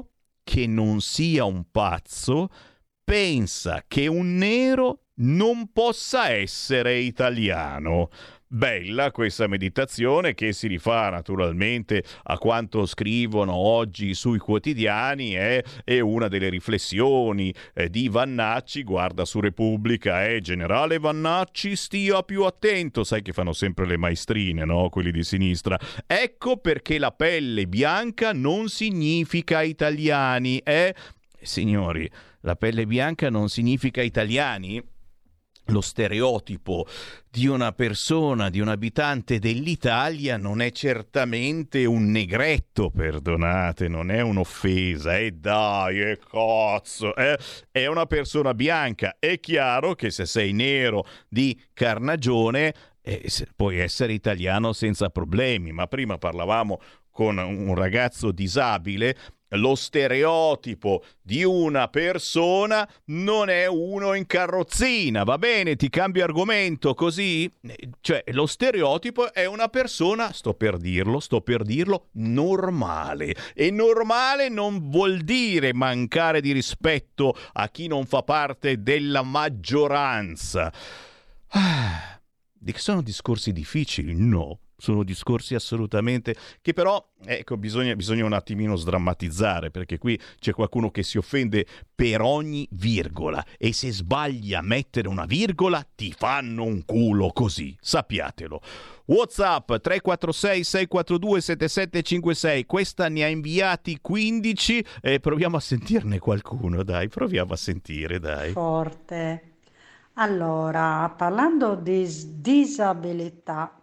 che non sia un pazzo pensa che un nero non possa essere italiano. Bella questa meditazione, che si rifà naturalmente a quanto scrivono oggi sui quotidiani, eh? È una delle riflessioni eh, di Vannacci. Guarda su Repubblica, eh? Generale Vannacci stia più attento, sai che fanno sempre le maestrine, no? Quelli di sinistra. Ecco perché la pelle bianca non significa italiani, eh? Signori, la pelle bianca non significa italiani? Lo stereotipo di una persona, di un abitante dell'Italia non è certamente un negretto, perdonate, non è un'offesa, e eh dai, e eh cazzo, eh? È una persona bianca. È chiaro che se sei nero di carnagione eh, puoi essere italiano senza problemi, ma prima parlavamo con un ragazzo disabile. Lo stereotipo di una persona non è uno in carrozzina, va bene? Ti cambio argomento così? Cioè, lo stereotipo è una persona, sto per dirlo, sto per dirlo, normale. E normale non vuol dire mancare di rispetto a chi non fa parte della maggioranza. Ah, sono discorsi difficili? No. Sono discorsi assolutamente che però, ecco, bisogna, bisogna un attimino sdrammatizzare, perché qui c'è qualcuno che si offende per ogni virgola, e se sbagli a mettere una virgola ti fanno un culo così, sappiatelo. WhatsApp tre quattro sei sei quattro due sette sette cinque sei, questa ne ha inviati quindici e proviamo a sentirne qualcuno, dai, proviamo a sentire, dai. Forte. Allora, parlando di disabilità,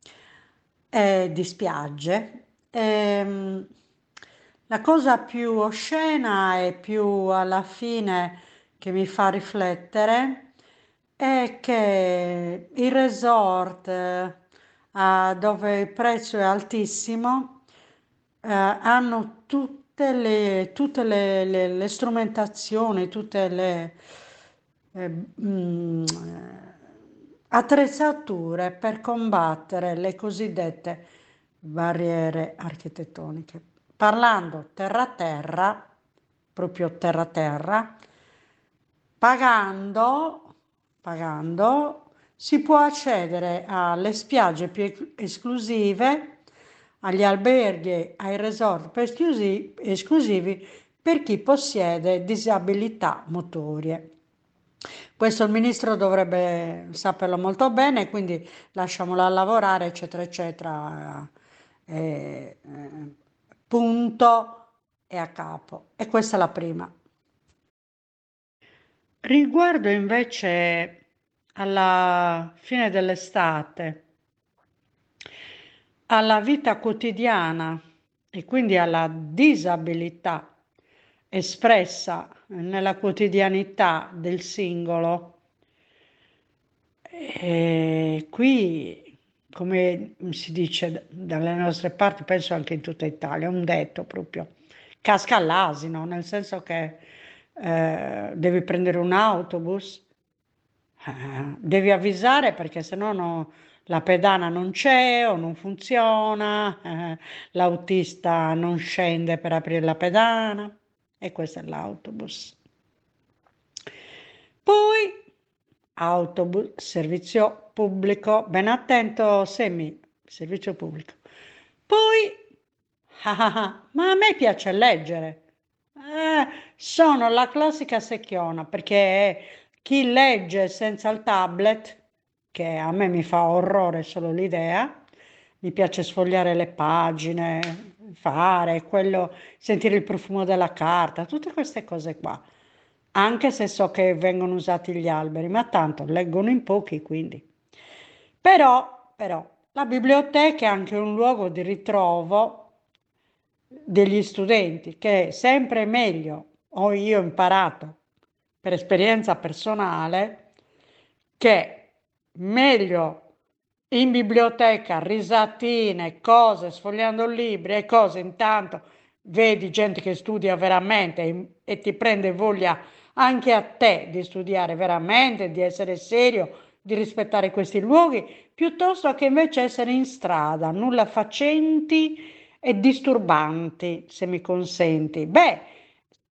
Eh, di spiagge, ehm, la cosa più oscena e più alla fine che mi fa riflettere è che i resort eh, dove il prezzo è altissimo eh, hanno tutte le, tutte le, le, le strumentazioni, tutte le eh, mm, attrezzature per combattere le cosiddette barriere architettoniche. Parlando terra-terra, proprio terra-terra, pagando, pagando si può accedere alle spiagge più esclusive, agli alberghi, ai resort più esclusivi, esclusivi per chi possiede disabilità motorie. Questo il ministro dovrebbe saperlo molto bene, quindi lasciamola lavorare, eccetera, eccetera. E, eh, punto e a capo. E questa è la prima. Riguardo invece alla fine dell'estate, alla vita quotidiana e quindi alla disabilità espressa nella quotidianità del singolo, e qui, come si dice dalle nostre parti, penso anche in tutta Italia, un detto proprio, casca all'asino, nel senso che eh, devi prendere un autobus, eh, devi avvisare perché sennò no, la pedana non c'è o non funziona, eh, l'autista non scende per aprire la pedana. E questo è l'autobus. Poi autobus, servizio pubblico, ben attento Semi, servizio pubblico. Poi, ah, ah, ma a me piace leggere, eh, sono la classica secchiona, perché chi legge senza il tablet, che a me mi fa orrore solo l'idea, mi piace sfogliare le pagine, fare quello, sentire il profumo della carta, tutte queste cose qua, anche se so che vengono usati gli alberi, ma tanto leggono in pochi, quindi. Però, però, la biblioteca è anche un luogo di ritrovo degli studenti, che è sempre meglio, ho io imparato per esperienza personale, che meglio in biblioteca, risatine, cose, sfogliando libri e cose, intanto vedi gente che studia veramente e, e ti prende voglia anche a te di studiare veramente, di essere serio, di rispettare questi luoghi, piuttosto che invece essere in strada, nulla facenti e disturbanti, se mi consenti. Beh,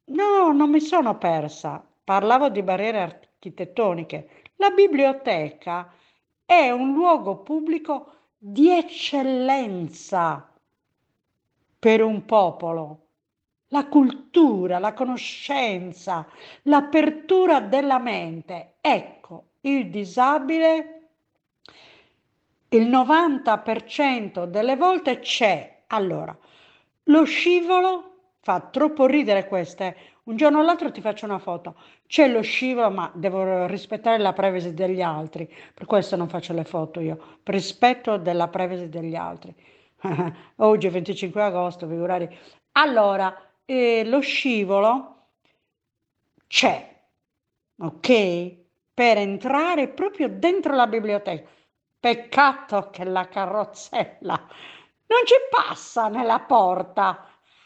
No, non mi sono persa. Parlavo di barriere architettoniche. La biblioteca è un luogo pubblico di eccellenza per un popolo. La cultura, la conoscenza, l'apertura della mente. Ecco, il disabile il novanta per cento delle volte c'è. Allora, lo scivolo fa troppo ridere queste. Un giorno o l'altro ti faccio una foto. C'è lo scivolo, ma devo rispettare la privacy degli altri. Per questo non faccio le foto io. Per rispetto della privacy degli altri. Oggi è venticinque agosto, figurati. Allora, eh, lo scivolo c'è, ok? Per entrare proprio dentro la biblioteca. Peccato che la carrozzella non ci passa nella porta.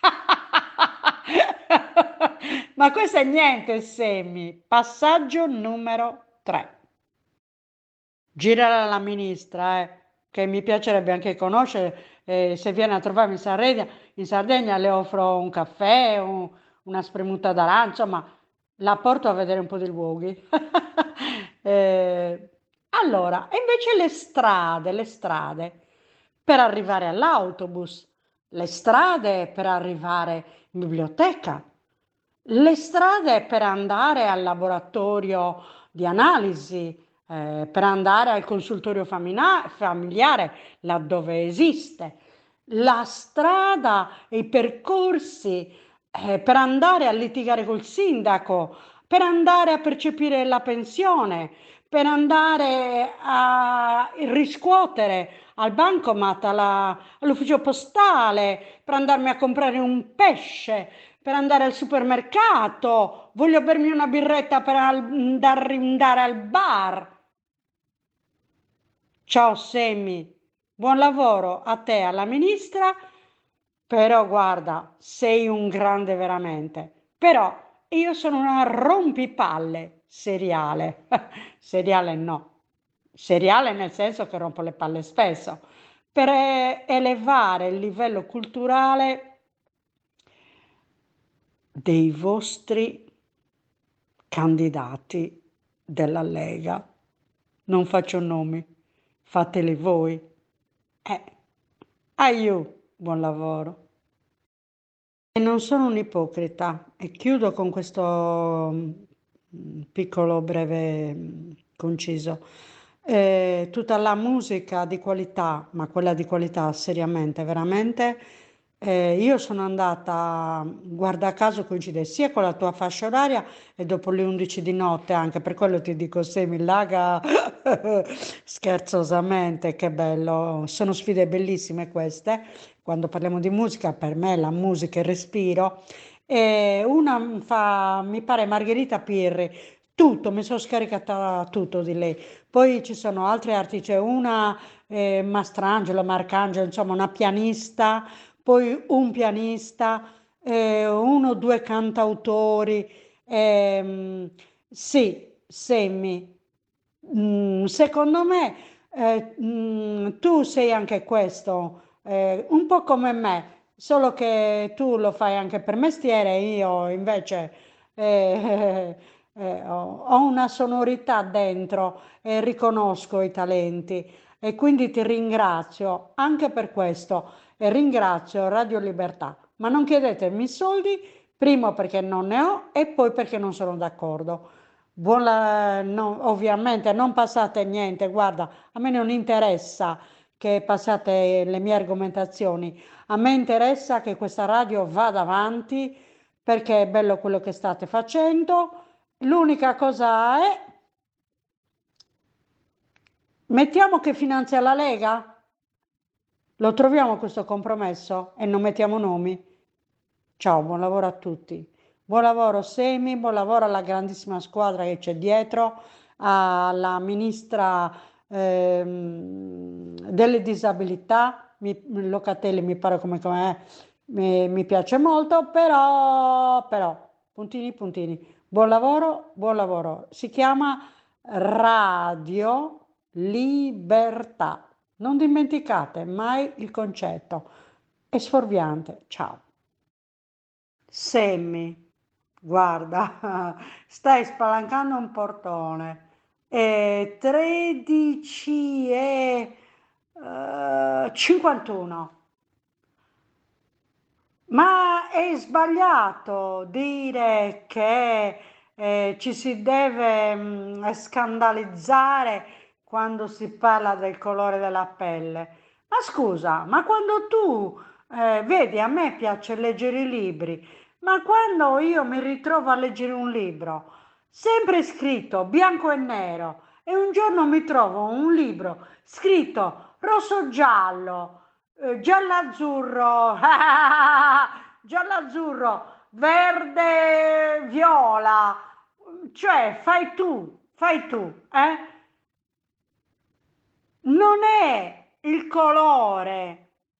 Ma questo è niente, Semmi. Passaggio numero tre. Girala alla ministra, eh, che mi piacerebbe anche conoscere. Eh, se viene a trovarmi in Sardegna, in Sardegna le offro un caffè, un- una spremuta d'arancia, ma la porto a vedere un po' di luoghi. Eh, allora, e invece le strade, le strade per arrivare all'autobus, le strade per arrivare in biblioteca, le strade per andare al laboratorio di analisi, eh, per andare al consultorio famina- familiare laddove esiste, la strada e i percorsi eh, per andare a litigare col sindaco, per andare a percepire la pensione, per andare a riscuotere al bancomat, alla- all'ufficio postale, per andarmi a comprare un pesce, per andare al supermercato, voglio bermi una birretta per andare, andare al bar. Ciao Semmi, buon lavoro a te, alla ministra, però guarda, sei un grande veramente. Però io sono una rompipalle seriale. Seriale no. Seriale nel senso che rompo le palle spesso. Per eh, elevare il livello culturale dei vostri candidati della Lega. Non faccio nomi, fateli voi. Eh, aiù, buon lavoro. E non sono un ipocrita e chiudo con questo mm, piccolo breve mm, conciso. Eh, tutta la musica di qualità, ma quella di qualità seriamente, veramente, eh, io sono andata, guarda caso coincide sia con la tua fascia oraria e dopo le undici di notte, anche per quello ti dico Semilaga scherzosamente, che bello, sono sfide bellissime queste, quando parliamo di musica, per me la musica è il respiro. E una fa, mi pare Margherita Pirri, tutto, mi sono scaricata tutto di lei. Poi ci sono altre artisti, c'è una eh, Mastrangelo, Marcangelo, insomma una pianista, poi un pianista, eh, uno o due cantautori. ehm, sì, Semmi, mm, secondo me eh, mm, tu sei anche questo, eh, un po' come me, solo che tu lo fai anche per mestiere, io invece eh, eh, ho, ho una sonorità dentro e riconosco i talenti e quindi ti ringrazio anche per questo e ringrazio Radio Libertà, ma non chiedetemi i soldi, primo perché non ne ho e poi perché non sono d'accordo. Buon la- no, ovviamente non passate niente, guarda, a me non interessa che passate le mie argomentazioni, a me interessa che questa radio vada avanti perché è bello quello che state facendo. L'unica cosa è, mettiamo che finanzia la Lega? Lo troviamo questo compromesso e non mettiamo nomi? Ciao, buon lavoro a tutti. Buon lavoro Semi, buon lavoro alla grandissima squadra che c'è dietro, alla ministra ehm, delle disabilità, mi, Locatelli mi pare come, come mi, mi piace molto, però, però, puntini, puntini. Buon lavoro, buon lavoro. Si chiama Radio Libertà. Non dimenticate mai il concetto. È sfuorviante. Ciao. Semmi, Guarda, stai spalancando un portone. È tredici e eh, cinquantuno. Ma è sbagliato dire che eh, ci si deve mh, scandalizzare quando si parla del colore della pelle. Ma scusa, ma quando tu eh, vedi, a me piace leggere i libri, ma quando io mi ritrovo a leggere un libro, sempre scritto bianco e nero, e un giorno mi trovo un libro scritto rosso-giallo, eh, giallo-azzurro, giallo-azzurro, verde-viola, cioè fai tu, fai tu, eh? Non è il colore,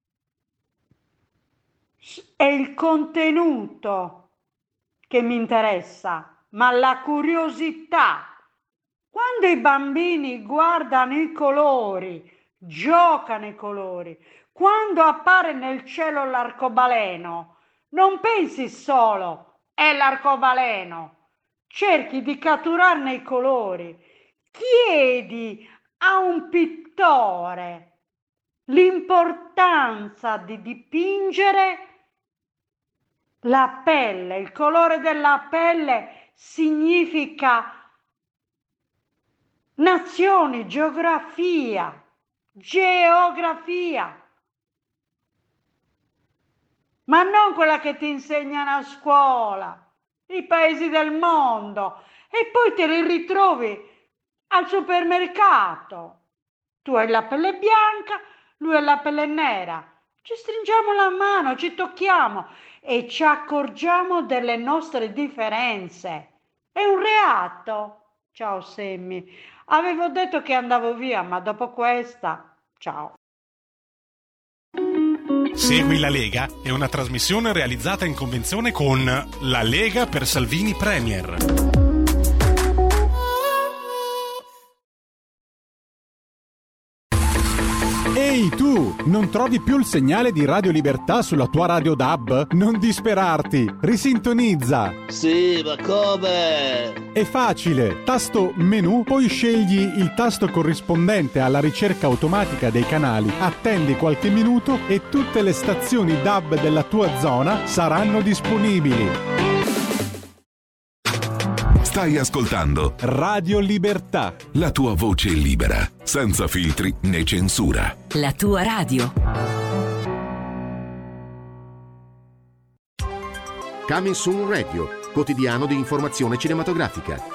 è il contenuto che mi interessa, ma la curiosità. Quando i bambini guardano i colori, giocano i colori, quando appare nel cielo l'arcobaleno, non pensi solo è l'arcobaleno, cerchi di catturarne i colori, chiedi a un pittore l'importanza di dipingere la pelle. Il colore della pelle significa nazioni, geografia, geografia, ma non quella che ti insegnano a scuola, i paesi del mondo, e poi te li ritrovi al supermercato. Tu hai la pelle bianca, lui ha la pelle nera. Ci stringiamo la mano, ci tocchiamo e ci accorgiamo delle nostre differenze. È un reato. Ciao Semmi. Avevo detto che andavo via, ma dopo questa, ciao. Segui la Lega è una trasmissione realizzata in convenzione con La Lega per Salvini Premier. Ehi tu, non trovi più il segnale di Radio Libertà sulla tua radio D A B? Non disperarti, risintonizza. Sì, ma come? È facile, tasto menu, poi scegli il tasto corrispondente alla ricerca automatica dei canali, attendi qualche minuto e tutte le stazioni D A B della tua zona saranno disponibili. Stai ascoltando Radio Libertà, la tua voce libera, senza filtri né censura. La tua radio. Coming Soon Radio, quotidiano di informazione cinematografica.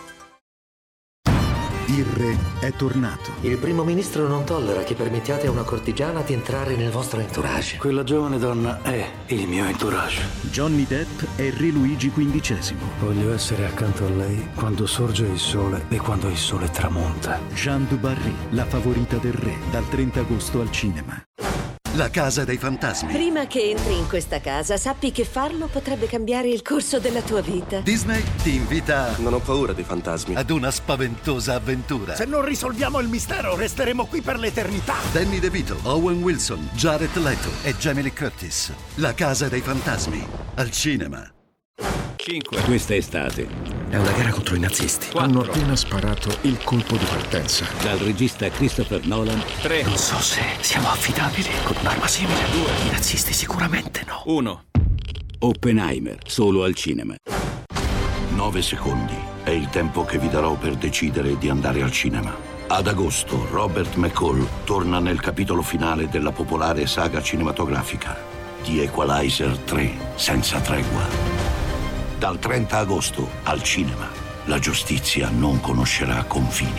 Il re è tornato. Il primo ministro non tollera che permettiate a una cortigiana di entrare nel vostro entourage. Quella giovane donna è il mio entourage. Johnny Depp è re Luigi quindicesimo. Voglio essere accanto a lei quando sorge il sole e quando il sole tramonta. Jeanne du Barry, la favorita del re, dal trenta agosto al cinema. La casa dei fantasmi. Prima che entri in questa casa, sappi che farlo potrebbe cambiare il corso della tua vita. Disney ti invita... Non ho paura dei fantasmi. ...ad una spaventosa avventura. Se non risolviamo il mistero, resteremo qui per l'eternità. Danny DeVito, Owen Wilson, Jared Leto e Jamie Lee Curtis. La casa dei fantasmi. Al cinema. cinque. Questa estate è una gara contro i nazisti. quattro. Hanno appena sparato il colpo di partenza. Dal regista Christopher Nolan. tre. Non so se siamo affidabili con un'arma simile. due. I nazisti sicuramente no. uno. Oppenheimer, solo al cinema. Nove secondi è il tempo che vi darò per decidere di andare al cinema. Ad agosto Robert McCall torna nel capitolo finale della popolare saga cinematografica The Equalizer tre, senza tregua. Dal trenta agosto al cinema. La giustizia non conoscerà confini.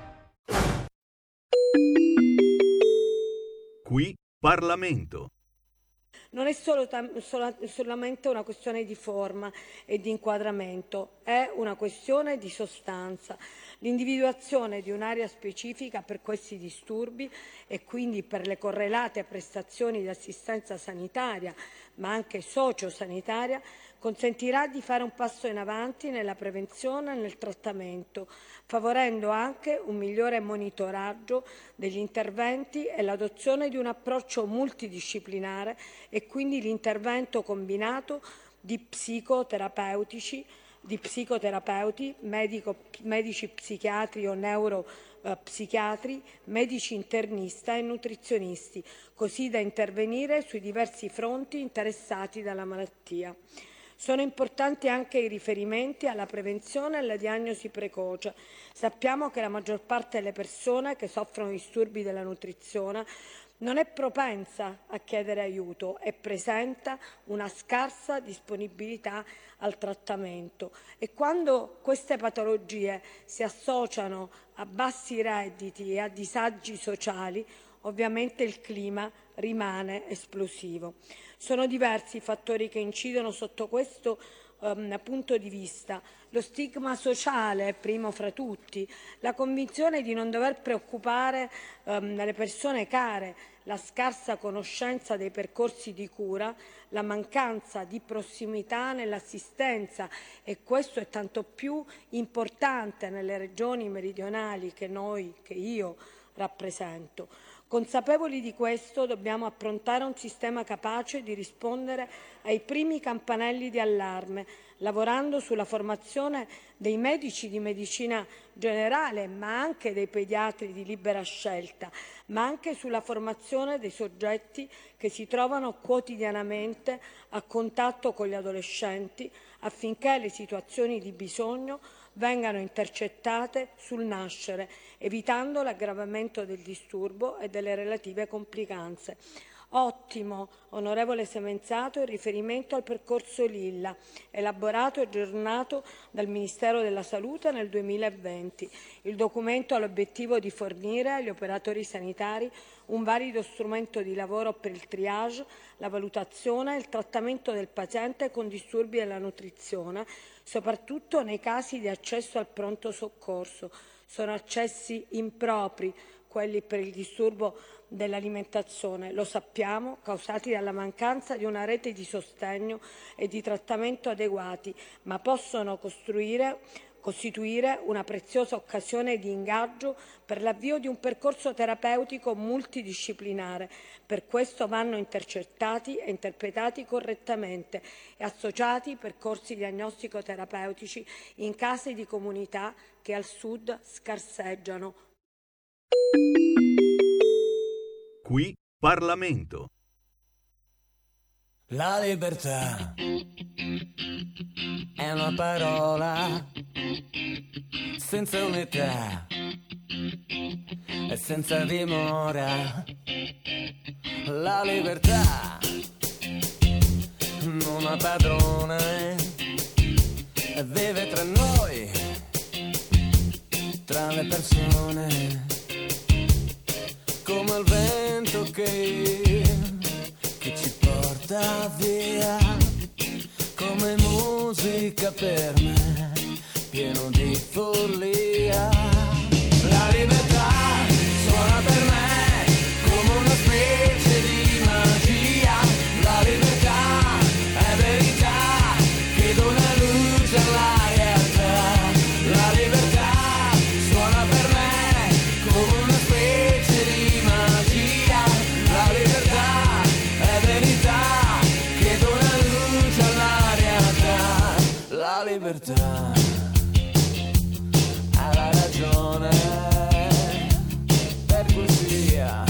Qui Parlamento. Non è solo, sola, solamente una questione di forma e di inquadramento, è una questione di sostanza. L'individuazione di un'area specifica per questi disturbi e quindi per le correlate prestazioni di assistenza sanitaria, ma anche sociosanitaria, consentirà di fare un passo in avanti nella prevenzione e nel trattamento, favorendo anche un migliore monitoraggio degli interventi e l'adozione di un approccio multidisciplinare e quindi l'intervento combinato di psicoterapeutici, di psicoterapeuti, medico, medici psichiatri o neuropsichiatri, medici internista e nutrizionisti, così da intervenire sui diversi fronti interessati dalla malattia. Sono importanti anche i riferimenti alla prevenzione e alla diagnosi precoce. Sappiamo che la maggior parte delle persone che soffrono di disturbi della nutrizione non è propensa a chiedere aiuto e presenta una scarsa disponibilità al trattamento, e quando queste patologie si associano a bassi redditi e a disagi sociali, ovviamente il clima rimane esplosivo. Sono diversi i fattori che incidono sotto questo um, punto di vista. Lo stigma sociale, primo fra tutti, la convinzione di non dover preoccupare um, le persone care, la scarsa conoscenza dei percorsi di cura, la mancanza di prossimità nell'assistenza, e questo è tanto più importante nelle regioni meridionali che noi, che io rappresento. Consapevoli di questo, dobbiamo approntare un sistema capace di rispondere ai primi campanelli di allarme, lavorando sulla formazione dei medici di medicina generale, ma anche dei pediatri di libera scelta, ma anche sulla formazione dei soggetti che si trovano quotidianamente a contatto con gli adolescenti, affinché le situazioni di bisogno vengano intercettate sul nascere, evitando l'aggravamento del disturbo e delle relative complicanze. Ottimo, onorevole Semenzato, il riferimento al percorso Lilla, elaborato e aggiornato dal Ministero della Salute nel duemilaventi. Il documento ha l'obiettivo di fornire agli operatori sanitari un valido strumento di lavoro per il triage, la valutazione e il trattamento del paziente con disturbi della nutrizione, soprattutto nei casi di accesso al pronto soccorso. Sono accessi impropri quelli per il disturbo dell'alimentazione, lo sappiamo, causati dalla mancanza di una rete di sostegno e di trattamento adeguati, ma possono costruire costituire una preziosa occasione di ingaggio per l'avvio di un percorso terapeutico multidisciplinare. Per questo vanno intercettati e interpretati correttamente e associati percorsi diagnostico-terapeutici in case di comunità che al sud scarseggiano. Qui Parlamento. La libertà è una parola senza unità e senza dimora. La libertà non ha padrone e vive tra noi, tra le persone, come il vento che, che ci porta via, come musica per me, pieno di follia. La libertà suona per me come una specie di magia. La libertà è verità che dona luce alla realtà. La libertà suona per me come una specie di magia. La libertà è verità che dona luce alla realtà. La libertà ha la ragione per cui sia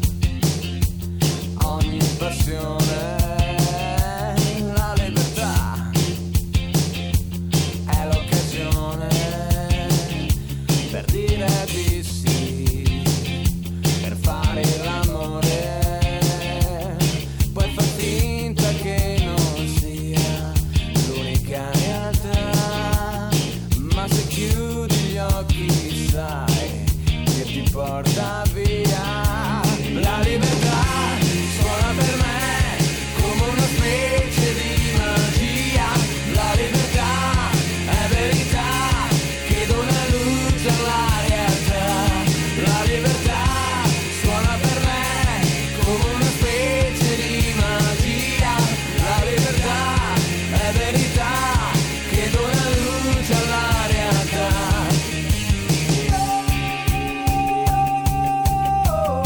ogni passione. La libertà è l'occasione per dire di sì, per fare l'amore. Puoi far finta che non sia l'unica realtà, ma se chiudi gli occhi sai che ti porta via. La libertà suona per me come una specie di magia. La libertà è verità che dona luce alla realtà. La libertà suona per me come una specie di magia. La libertà è verità che dona luce alla realtà.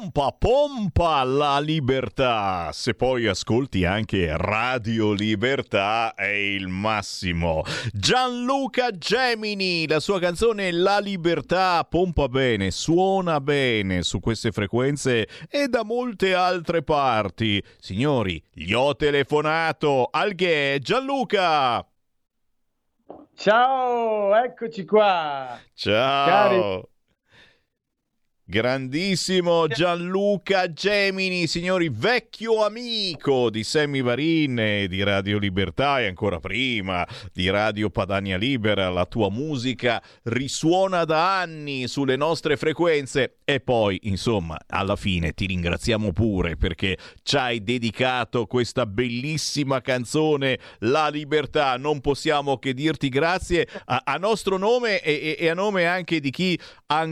pompa, pompa la libertà. Se poi ascolti anche Radio Libertà è il massimo. Gianluca Gemini, la sua canzone La Libertà pompa bene, suona bene su queste frequenze e da molte altre parti. Signori, gli ho telefonato. Alghè, Gianluca! Ciao, eccoci qua. Ciao. Cari. Grandissimo Gianluca Gemini, signori, vecchio amico di Sammy Varin e di Radio Libertà e ancora prima di Radio Padania Libera. La tua musica risuona da anni sulle nostre frequenze e poi, insomma, alla fine ti ringraziamo pure perché ci hai dedicato questa bellissima canzone La Libertà. Non possiamo che dirti grazie a, a nostro nome e, e a nome anche di chi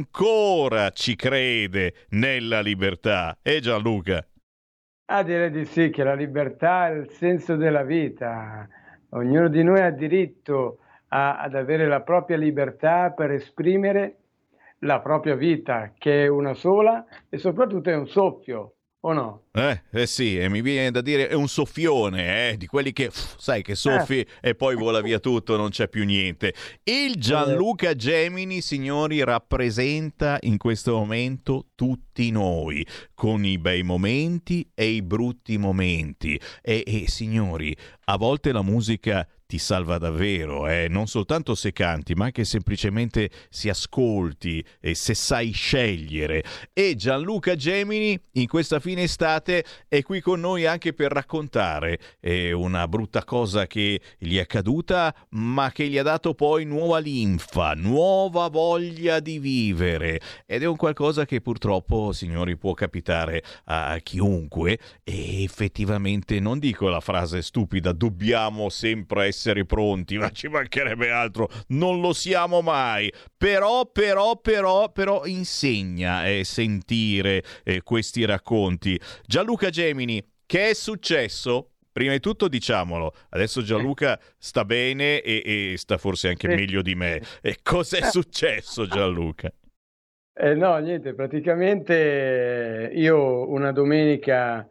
ancora ci crede nella libertà. E eh, Gianluca? Ah, direi di sì, che la libertà è il senso della vita. Ognuno di noi ha diritto a, ad avere la propria libertà per esprimere la propria vita, che è una sola e soprattutto è un soffio, o no? Eh, eh sì, e mi viene da dire è un soffione, eh, di quelli che, pff, sai, che soffi eh. e poi vola via tutto, non c'è più niente. Il Gianluca Gemini, signori, rappresenta in questo momento tutti noi, con i bei momenti e i brutti momenti. E, e signori, a volte la musica ti salva davvero, eh? Non soltanto se canti, ma anche semplicemente se ascolti e se sai scegliere. E Gianluca Gemini, in questa fine estate, è qui con noi anche per raccontare eh, una brutta cosa che gli è accaduta, ma che gli ha dato poi nuova linfa, nuova voglia di vivere. Ed è un qualcosa che purtroppo, signori, può capitare a chiunque. E effettivamente, non dico la frase stupida, dobbiamo sempre essere essere pronti, ma ci mancherebbe altro, non lo siamo mai, però però però però insegna eh, sentire eh, questi racconti. Gianluca Gemini, che è successo? Prima di tutto diciamolo, adesso Gianluca sta bene e, e sta forse anche meglio di me. E cos'è successo, Gianluca? Eh, no, niente, praticamente io una domenica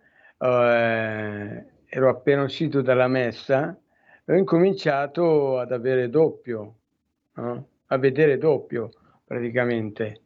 eh, ero appena uscito dalla messa, ho incominciato ad avere doppio, no? A vedere doppio praticamente,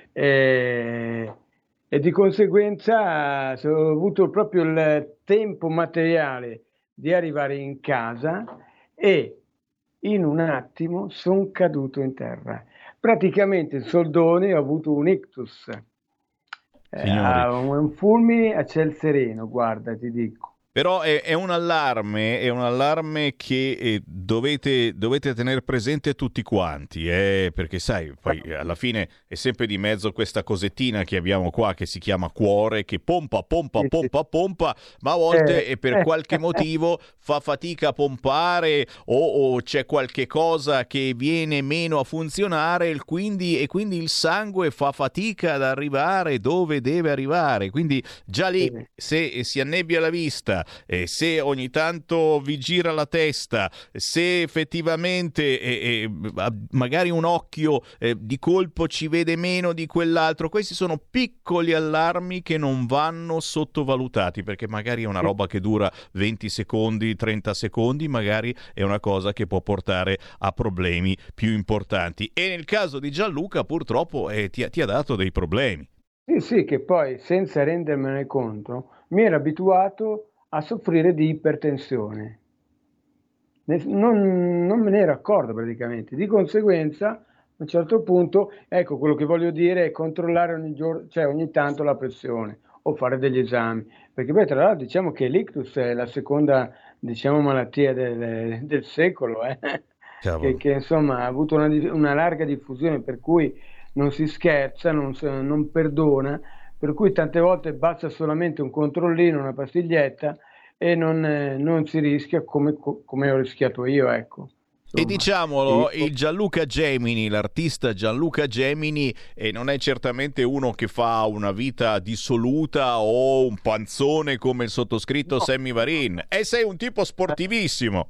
e, e di conseguenza ho avuto proprio il tempo materiale di arrivare in casa e in un attimo sono caduto in terra. Praticamente il soldone, ho avuto un ictus, eh, un fulmine a ciel sereno, guarda, ti dico. Però è, è un allarme, è un allarme che eh, dovete, dovete tenere presente tutti quanti, eh, perché sai, poi alla fine è sempre di mezzo questa cosettina che abbiamo qua che si chiama cuore, che pompa, pompa, pompa, pompa, ma a volte e per qualche motivo fa fatica a pompare o, o c'è qualche cosa che viene meno a funzionare e quindi, e quindi il sangue fa fatica ad arrivare dove deve arrivare. Quindi già lì, se si annebbia la vista, Eh, se ogni tanto vi gira la testa, se effettivamente eh, eh, magari un occhio eh, di colpo ci vede meno di quell'altro, questi sono piccoli allarmi che non vanno sottovalutati, perché magari è una roba che dura venti secondi, trenta secondi, magari è una cosa che può portare a problemi più importanti. E nel caso di Gianluca purtroppo eh, ti, ti ha dato dei problemi. Sì, sì, che poi senza rendermene conto mi ero abituato a soffrire di ipertensione. Non, non me ne ero accorto praticamente. Di conseguenza, a un certo punto, ecco, quello che voglio dire è controllare ogni giorno, cioè ogni tanto la pressione o fare degli esami. Perché poi tra l'altro diciamo che l'ictus è la seconda, diciamo, malattia del, del secolo, eh? che, che insomma ha avuto una, una larga diffusione, per cui non si scherza, non, non perdona. Per cui tante volte basta solamente un controllino, una pastiglietta e non, eh, non si rischia come, come ho rischiato io, ecco. Insomma, e diciamolo, sì. Il Gianluca Gemini, l'artista Gianluca Gemini, eh, non è certamente uno che fa una vita dissoluta o un panzone come il sottoscritto no. Sammy Varin, e sei un tipo sportivissimo.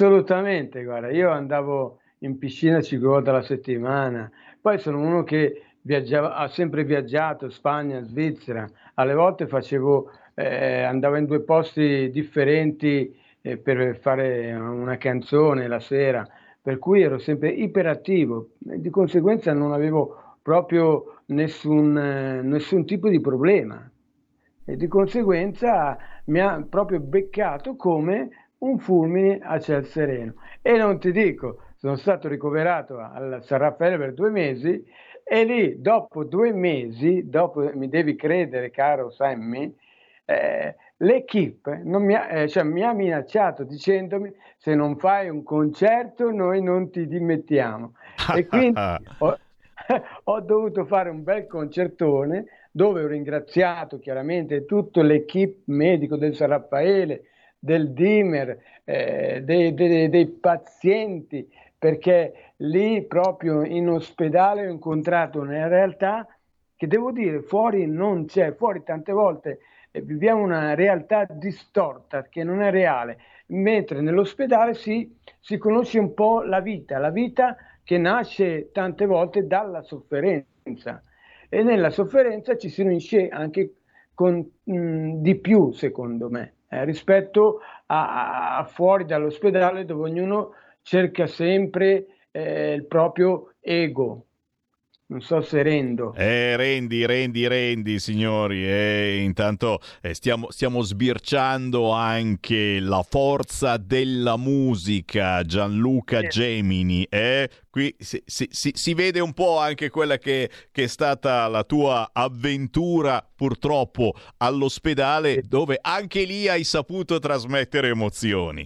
Assolutamente, guarda, io andavo in piscina cinque volte alla settimana, poi sono uno che viaggiava, ha sempre viaggiato, Spagna, Svizzera, alle volte facevo, eh, andavo in due posti differenti eh, per fare una canzone la sera, per cui ero sempre iperattivo e di conseguenza non avevo proprio nessun, eh, nessun tipo di problema e di conseguenza mi ha proprio beccato come un fulmine a ciel sereno. E non ti dico, sono stato ricoverato al San Raffaele per due mesi e lì dopo due mesi, dopo, mi devi credere caro Sammy, eh, l'equipe non mi, ha, eh, cioè, mi ha minacciato dicendomi se non fai un concerto noi non ti dimettiamo. E quindi ho, ho dovuto fare un bel concertone dove ho ringraziato chiaramente tutto l'equipe medico del San Raffaele, del Dimer, eh, dei, dei, dei pazienti, perché lì proprio in ospedale ho incontrato una realtà che devo dire fuori non c'è, fuori tante volte eh, viviamo una realtà distorta che non è reale, mentre nell'ospedale si, si conosce un po' la vita, la vita che nasce tante volte dalla sofferenza e nella sofferenza ci si unisce anche con mh, di più secondo me. Eh, rispetto a, a fuori dall'ospedale dove ognuno cerca sempre eh, il proprio ego. Non so se rendo. Eh, rendi, rendi, rendi, signori. E intanto eh, stiamo, stiamo sbirciando anche la forza della musica, Gianluca Gemini. Eh? Qui si, si, si, si vede un po' anche quella che, che è stata la tua avventura, purtroppo, all'ospedale, dove anche lì hai saputo trasmettere emozioni.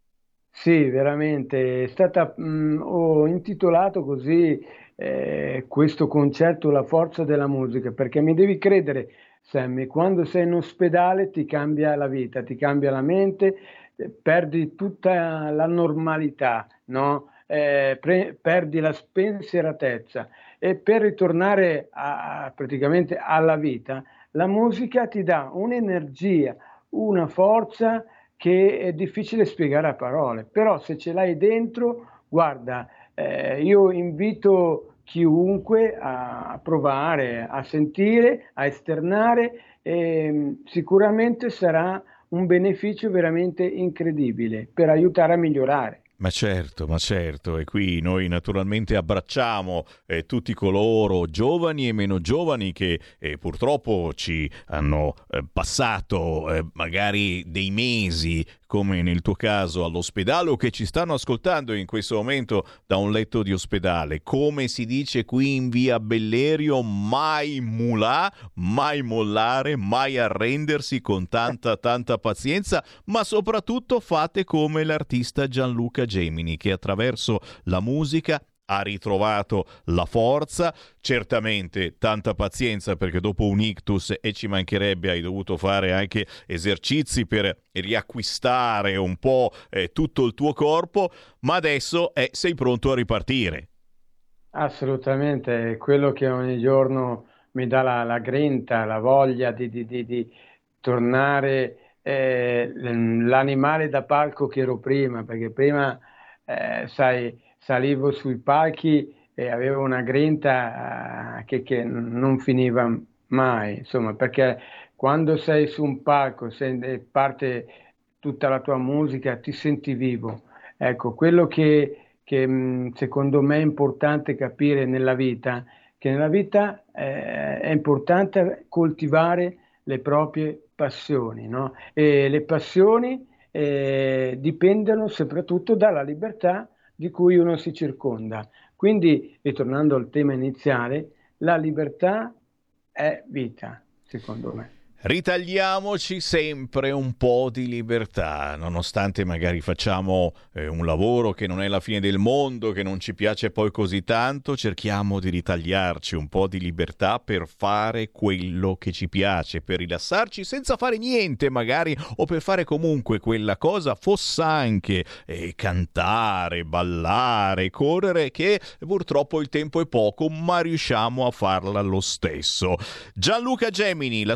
Sì, veramente. È stata, mh, ho intitolato così Eh, questo concerto La forza della musica, perché mi devi credere Sammy, quando sei in ospedale ti cambia la vita, ti cambia la mente, eh, perdi tutta la normalità, no? eh, pre- perdi la spensieratezza e per ritornare a, praticamente alla vita la musica ti dà un'energia, una forza che è difficile spiegare a parole, però se ce l'hai dentro, guarda, Eh, io invito chiunque a provare, a sentire, a esternare e sicuramente sarà un beneficio veramente incredibile per aiutare a migliorare. Ma certo, ma certo, e qui noi naturalmente abbracciamo eh, tutti coloro, giovani e meno giovani, che eh, purtroppo ci hanno eh, passato eh, magari dei mesi, come nel tuo caso, all'ospedale, o che ci stanno ascoltando in questo momento da un letto di ospedale. Come si dice qui in via Bellerio, mai mulà, mai mollare, mai arrendersi, con tanta tanta pazienza, ma soprattutto fate come l'artista Gianluca Gemini, che attraverso la musica ha ritrovato la forza. Certamente tanta pazienza, perché dopo un ictus, e ci mancherebbe, hai dovuto fare anche esercizi per riacquistare un po' eh, tutto il tuo corpo, ma adesso eh, sei pronto a ripartire. Assolutamente, è quello che ogni giorno mi dà la, la grinta, la voglia di, di, di, di tornare eh, l'animale da palco che ero prima, perché prima eh, sai, salivo sui palchi e avevo una grinta uh, che, che non finiva mai, insomma, perché quando sei su un palco, sei, parte tutta la tua musica, ti senti vivo. Ecco, quello che, che mh, secondo me è importante capire nella vita, che nella vita eh, è importante coltivare le proprie passioni, no? E le passioni eh, dipendono soprattutto dalla libertà di cui uno si circonda. Quindi, ritornando al tema iniziale, la libertà è vita, secondo me. Ritagliamoci sempre un po' di libertà, nonostante magari facciamo eh, un lavoro che non è la fine del mondo, che non ci piace poi così tanto, cerchiamo di ritagliarci un po' di libertà per fare quello che ci piace, per rilassarci senza fare niente magari, o per fare comunque quella cosa, fosse anche eh, cantare, ballare, correre, che purtroppo il tempo è poco, ma riusciamo a farla lo stesso. Gianluca Gemini, la sua è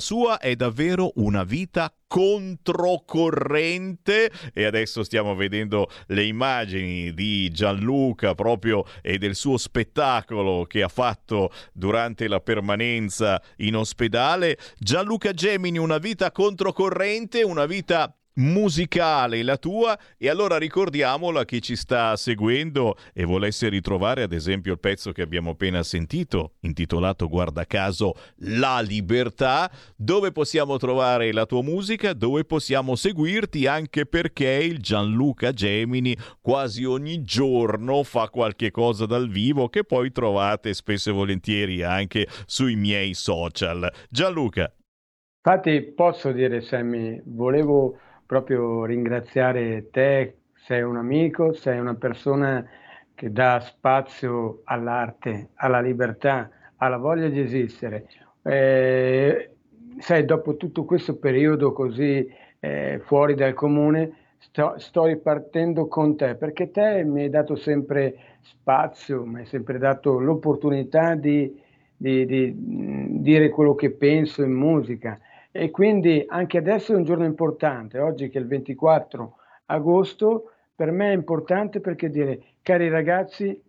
è davvero una vita controcorrente, e adesso stiamo vedendo le immagini di Gianluca proprio e del suo spettacolo che ha fatto durante la permanenza in ospedale. Gianluca Gemini, una vita controcorrente, una vita musicale la tua. E allora ricordiamola, chi ci sta seguendo e volesse ritrovare ad esempio il pezzo che abbiamo appena sentito intitolato guarda caso La Libertà, dove possiamo trovare la tua musica, dove possiamo seguirti, anche perché il Gianluca Gemini quasi ogni giorno fa qualche cosa dal vivo che poi trovate spesso e volentieri anche sui miei social. Gianluca. Infatti posso dire, Sammy, volevo proprio ringraziare te, sei un amico, sei una persona che dà spazio all'arte, alla libertà, alla voglia di esistere. Eh, sai, dopo tutto questo periodo così eh, fuori dal comune, sto, sto ripartendo con te, perché te mi hai dato sempre spazio, mi hai sempre dato l'opportunità di, di, di mh, dire quello che penso in musica. E quindi anche adesso è un giorno importante, oggi che è il ventiquattro agosto, per me è importante perché dire, cari ragazzi,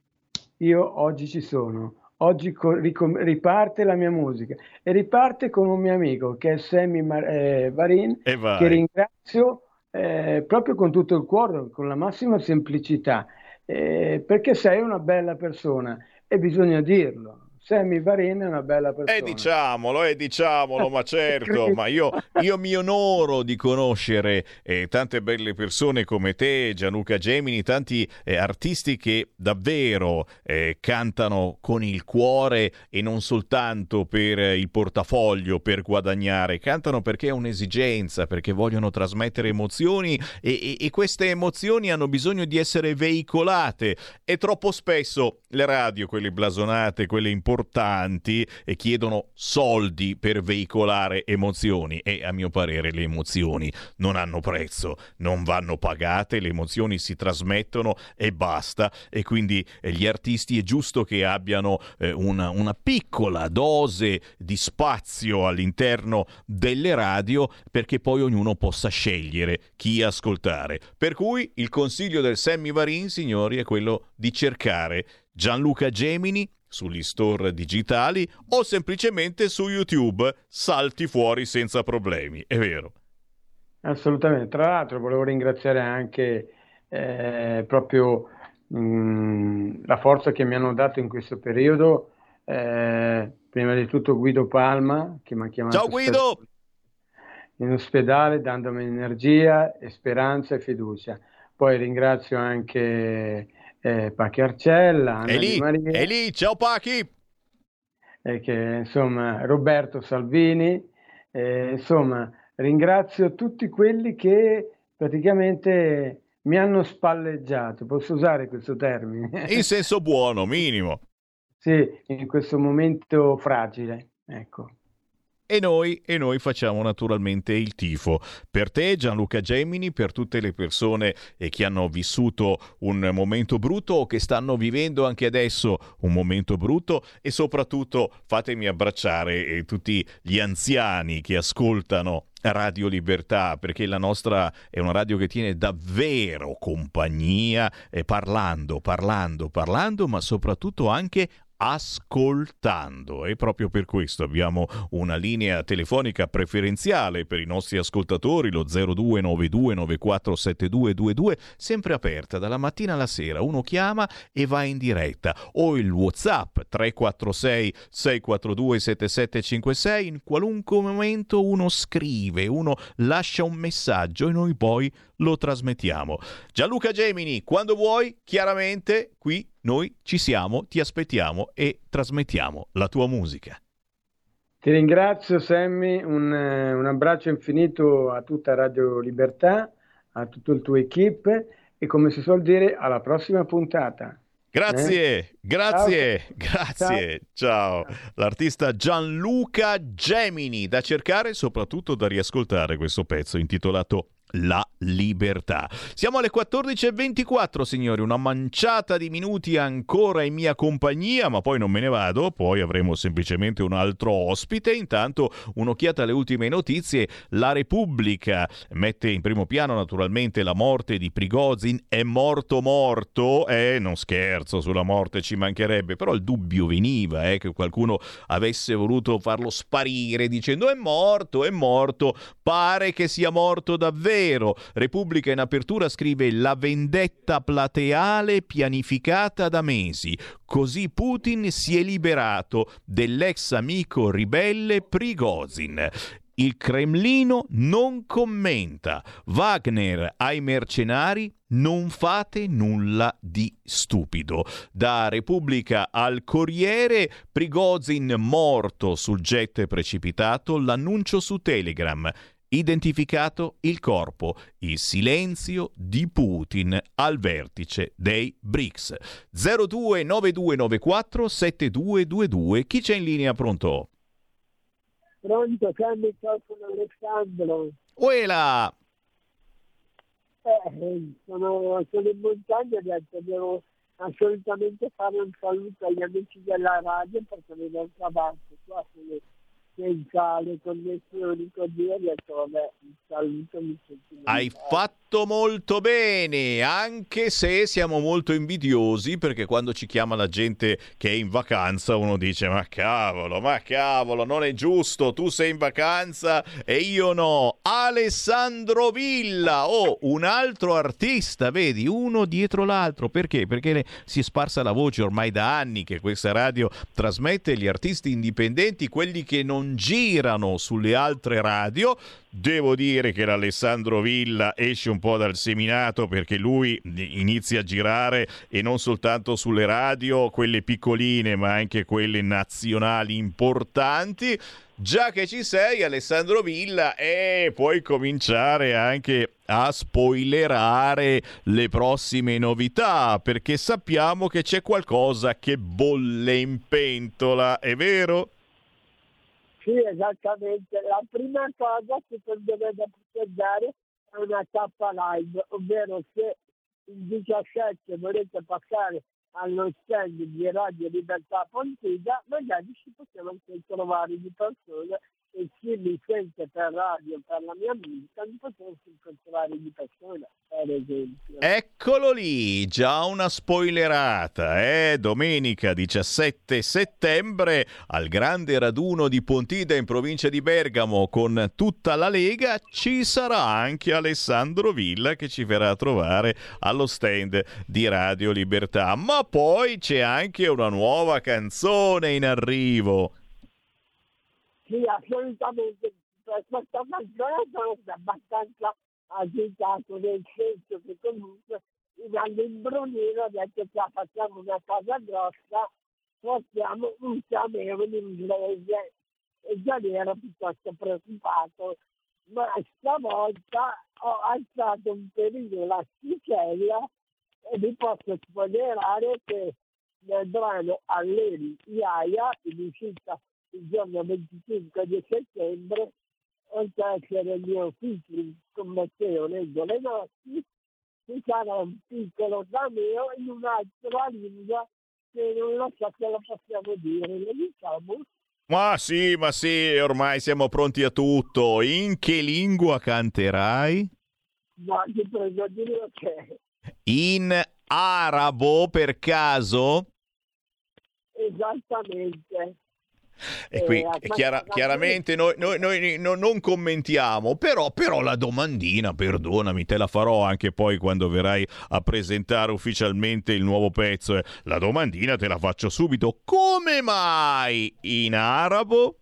io oggi ci sono, oggi co- ricom- riparte la mia musica e riparte con un mio amico che è Sammy Mar- eh, Varin, che ringrazio eh, proprio con tutto il cuore, con la massima semplicità, eh, perché sei una bella persona e bisogna dirlo. Sammy Varin è una bella persona. E diciamolo, e diciamolo, ma certo, ma io, io mi onoro di conoscere eh, tante belle persone come te, Gianluca Gemini, tanti eh, artisti che davvero eh, cantano con il cuore e non soltanto per il portafoglio, per guadagnare, cantano perché è un'esigenza, perché vogliono trasmettere emozioni e, e, e queste emozioni hanno bisogno di essere veicolate, e troppo spesso le radio, quelle blasonate, quelle importanti, importanti e chiedono soldi per veicolare emozioni, e a mio parere le emozioni non hanno prezzo, non vanno pagate, le emozioni si trasmettono e basta, e quindi eh, gli artisti è giusto che abbiano eh, una, una piccola dose di spazio all'interno delle radio, perché poi ognuno possa scegliere chi ascoltare. Per cui il consiglio del Sammy Varin, signori, è quello di cercare Gianluca Gemini sugli store digitali o semplicemente su YouTube, salti fuori senza problemi, è vero? Assolutamente. Tra l'altro volevo ringraziare anche eh, proprio mh, la forza che mi hanno dato in questo periodo, eh, prima di tutto Guido Palma, che mi ha chiamato Ciao Guido! in ospedale dandomi energia e speranza e fiducia. Poi ringrazio anche Eh, Pachi Arcella, Anna è lì, Di Maria, è lì, ciao Pachi, eh, che, insomma Roberto Salvini, eh, insomma ringrazio tutti quelli che praticamente mi hanno spalleggiato, posso usare questo termine? In senso buono, minimo. Sì, in questo momento fragile, ecco. E noi, e noi facciamo naturalmente il tifo per te, Gianluca Gemini, per tutte le persone eh, che hanno vissuto un momento brutto o che stanno vivendo anche adesso un momento brutto, e soprattutto fatemi abbracciare eh, tutti gli anziani che ascoltano Radio Libertà, perché la nostra è una radio che tiene davvero compagnia, eh, parlando, parlando, parlando, ma soprattutto anche ascoltando, e proprio per questo abbiamo una linea telefonica preferenziale per i nostri ascoltatori, lo zero due nove due nove quattro sette due due due, sempre aperta dalla mattina alla sera. Uno chiama e va in diretta, o il WhatsApp tre quattro sei sei quattro due sette sette cinque sei. In qualunque momento uno scrive, uno lascia un messaggio e noi poi lo trasmettiamo. Gianluca Gemini, quando vuoi, chiaramente qui noi ci siamo, ti aspettiamo e trasmettiamo la tua musica. Ti ringrazio Sammy, un, un abbraccio infinito a tutta Radio Libertà, a tutto il tuo equipe, e come si suol dire, alla prossima puntata. Grazie, eh? grazie, Ciao. grazie, ciao. Ciao. L'artista Gianluca Gemini, da cercare e soprattutto da riascoltare questo pezzo intitolato la libertà. Siamo alle quattordici e ventiquattro, signori, una manciata di minuti ancora in mia compagnia, ma poi non me ne vado, poi avremo semplicemente un altro ospite. Intanto un'occhiata alle ultime notizie. La Repubblica mette in primo piano naturalmente la morte di Prigozhin. È morto morto? Eh, non scherzo, sulla morte ci mancherebbe, però il dubbio veniva eh, che qualcuno avesse voluto farlo sparire dicendo è morto, è morto. Pare che sia morto davvero. Repubblica in apertura scrive: la vendetta plateale pianificata da mesi. Così Putin si è liberato dell'ex amico ribelle Prigozhin. Il Cremlino non commenta. Wagner ai mercenari: non fate nulla di stupido. Da Repubblica al Corriere: Prigozhin morto sul jet precipitato, l'annuncio su Telegram. Identificato il corpo, il silenzio di Putin al vertice dei B R I C S. zero due nove due nove quattro sette due due due. Chi c'è in linea? Pronto? Pronto, Sammy, sono Alessandro. Uela! Eh, sono, sono in montagna, adesso devo assolutamente fare un saluto agli amici della radio perché mi do avanti qua sono senza le connessioni così, ho detto vabbè, un saluto, mi sento. Hai fatto molto bene, anche se siamo molto invidiosi, perché quando ci chiama la gente che è in vacanza uno dice ma cavolo, ma cavolo, non è giusto, tu sei in vacanza e io no. Alessandro Villa, oh, un altro artista, vedi, uno dietro l'altro. Perché? Perché si è sparsa la voce ormai da anni che questa radio trasmette gli artisti indipendenti, quelli che non girano sulle altre radio. Devo dire che l'Alessandro Villa esce un po' dal seminato, perché lui inizia a girare e non soltanto sulle radio, quelle piccoline, ma anche quelle nazionali importanti. Già che ci sei, Alessandro Villa, e puoi cominciare anche a spoilerare le prossime novità, perché sappiamo che c'è qualcosa che bolle in pentola, è vero? Sì, esattamente. La prima cosa che dovete posteggiare è una tappa live, ovvero se il diciassette volete passare allo stand di Radio Libertà Pontida, magari ci possiamo anche trovare di persone, e chi mi sente per radio, per la mia musica, mi possiamo incontrare di persone, per esempio. Eccolo lì, già una spoilerata, eh? Domenica diciassette settembre al grande raduno di Pontida in provincia di Bergamo con tutta la Lega ci sarà anche Alessandro Villa che ci verrà a trovare allo stand di Radio Libertà. Ma poi c'è anche una nuova canzone in arrivo. Sì, assolutamente. Per questa canzone sono abbastanza agitato, nel senso che comunque all'imbrunire ho detto che facciamo una cosa grossa, portiamo un cameo in inglese, e già ero piuttosto preoccupato, ma stavolta ho alzato un pelino l'asticella e vi posso spoilerare che nel brano Alleri Iaia, in uscita il giorno venticinque di settembre, oltre a essere il mio featuring con Matteo Leggo le notti, ci sarà un piccolo cameo in un'altra lingua che non lo so se lo possiamo dire, lo diciamo? Ma sì, ma sì, ormai siamo pronti a tutto. In che lingua canterai? No, ti prego, dillo che... In arabo, per caso? Esattamente. E qui Eh, chiara, chiaramente noi, noi, noi no, non commentiamo, però, però la domandina, perdonami, te la farò anche poi quando verrai a presentare ufficialmente il nuovo pezzo. Eh. La domandina te la faccio subito. Come mai in arabo?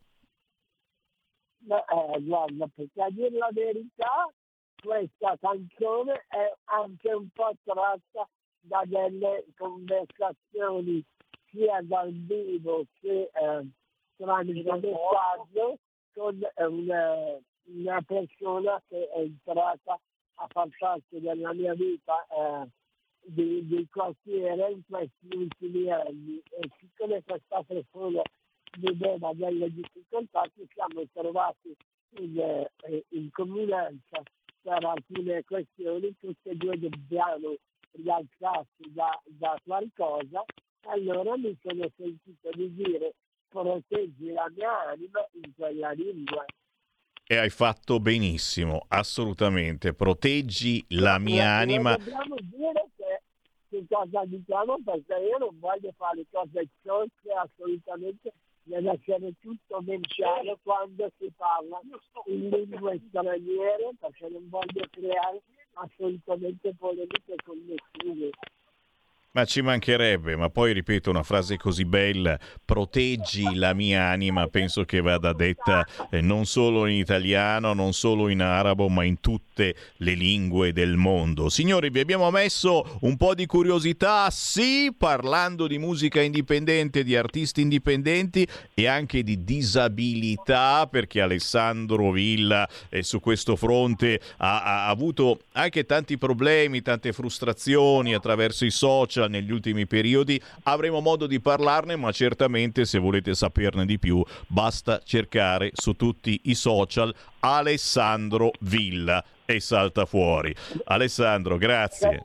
No, eh, guarda, perché a dire la verità, questa canzone è anche un po' tratta da delle conversazioni sia dal vivo che eh, tramite messaggio con una, una persona che è entrata a far parte della mia vita eh, di, di quartiere in questi ultimi anni, e siccome questa persona vedeva delle difficoltà ci siamo trovati in, in comunanza per alcune questioni tutte e due dobbiamo rialzarsi da, da qualcosa. Allora mi sono sentito di dire proteggi la mia anima in quella lingua. E hai fatto benissimo, assolutamente. Proteggi la mia e anima. Dobbiamo dire che, che cosa diciamo, perché io non voglio fare cose sciocche, assolutamente deve essere tutto ben chiaro quando si parla in lingue straniere, perché non voglio creare assolutamente polemiche con nessuno. Ma ci mancherebbe, ma poi ripeto una frase così bella, proteggi la mia anima, penso che vada detta eh, non solo in italiano, non solo in arabo, ma in tutte le lingue del mondo. Signori, vi abbiamo messo un po' di curiosità, sì, parlando di musica indipendente, di artisti indipendenti e anche di disabilità, perché Alessandro Villa eh, su questo fronte ha, ha avuto anche tanti problemi, tante frustrazioni attraverso i social negli ultimi periodi. Avremo modo di parlarne, ma certamente se volete saperne di più basta cercare su tutti i social Alessandro Villa e salta fuori. Alessandro, grazie.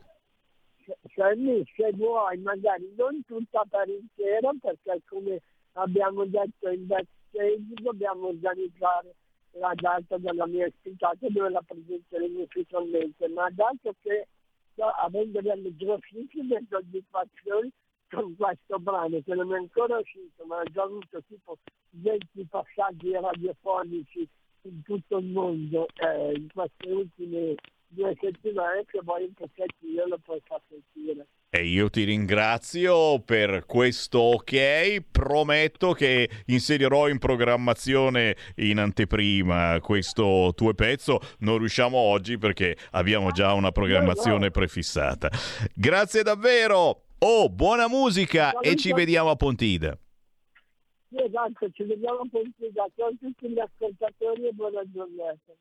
Se, se vuoi, magari non tutta per intero, perché come abbiamo detto in backstage dobbiamo organizzare la data della mia ospitata dove la presenteremo ufficialmente, ma dato che avendo delle grossissime soddisfazioni con questo brano che non è ancora uscito, ma ha già avuto tipo venti passaggi radiofonici in tutto il mondo eh, in queste ultime due settimane, che poi un pochettino lo puoi far sentire. E io ti ringrazio per questo ok, prometto che inserirò in programmazione in anteprima questo tuo pezzo, non riusciamo oggi perché abbiamo già una programmazione prefissata. Grazie davvero, oh, buona musica e ci vediamo a Pontida. Sì, esatto, ci vediamo a Pontida, ciao a tutti gli ascoltatori e buona giornata.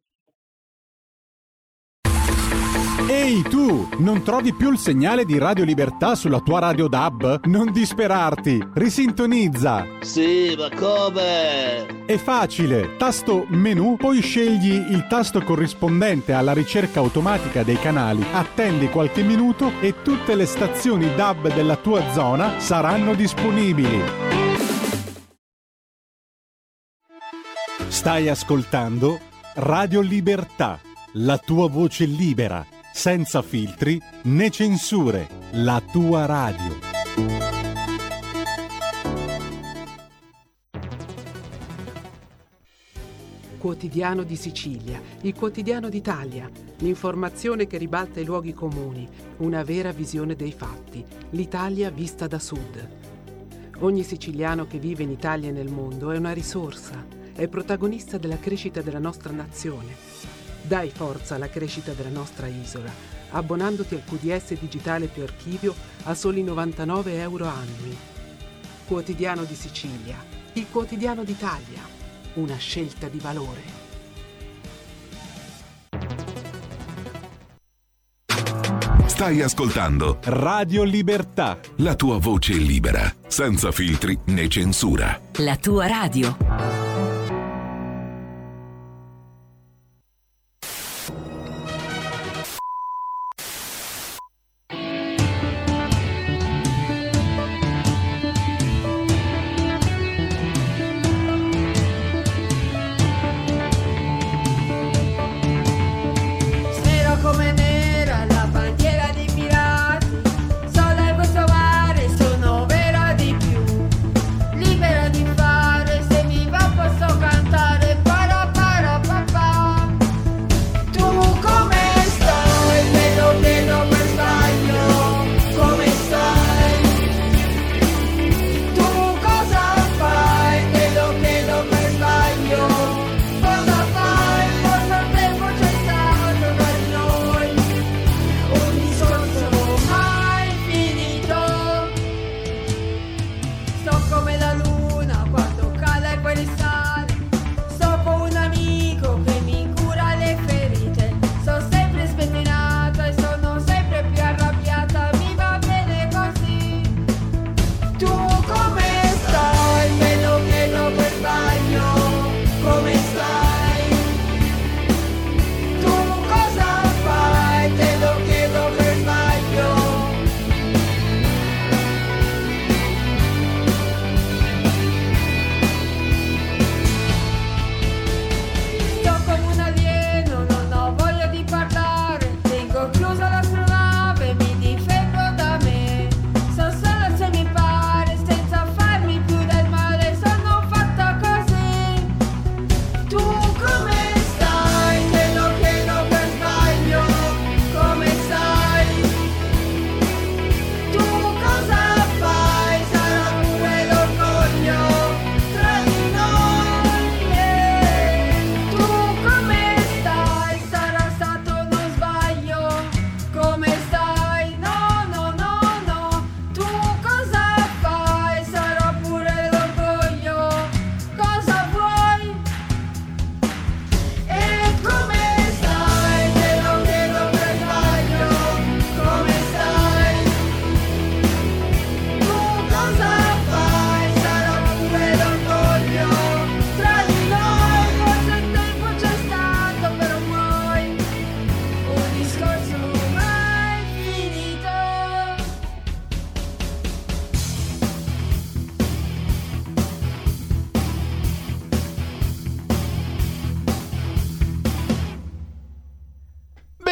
Ehi tu, non trovi più il segnale di Radio Libertà sulla tua radio D A B? Non disperarti, risintonizza! Sì, ma come? È facile, tasto menu, poi scegli il tasto corrispondente alla ricerca automatica dei canali, attendi qualche minuto e tutte le stazioni D A B della tua zona saranno disponibili. Stai ascoltando Radio Libertà, la tua voce libera, senza filtri né censure, la tua radio. Quotidiano di Sicilia, il quotidiano d'Italia, l'informazione che ribalta i luoghi comuni, una vera visione dei fatti, l'Italia vista da sud. Ogni siciliano che vive in Italia e nel mondo è una risorsa, è protagonista della crescita della nostra nazione. Dai forza alla crescita della nostra isola, abbonandoti al Q D S digitale più archivio a soli novantanove euro annui. Quotidiano di Sicilia, il quotidiano d'Italia, una scelta di valore. Stai ascoltando Radio Libertà, la tua voce libera, senza filtri né censura. La tua radio. Libera di fare se mi va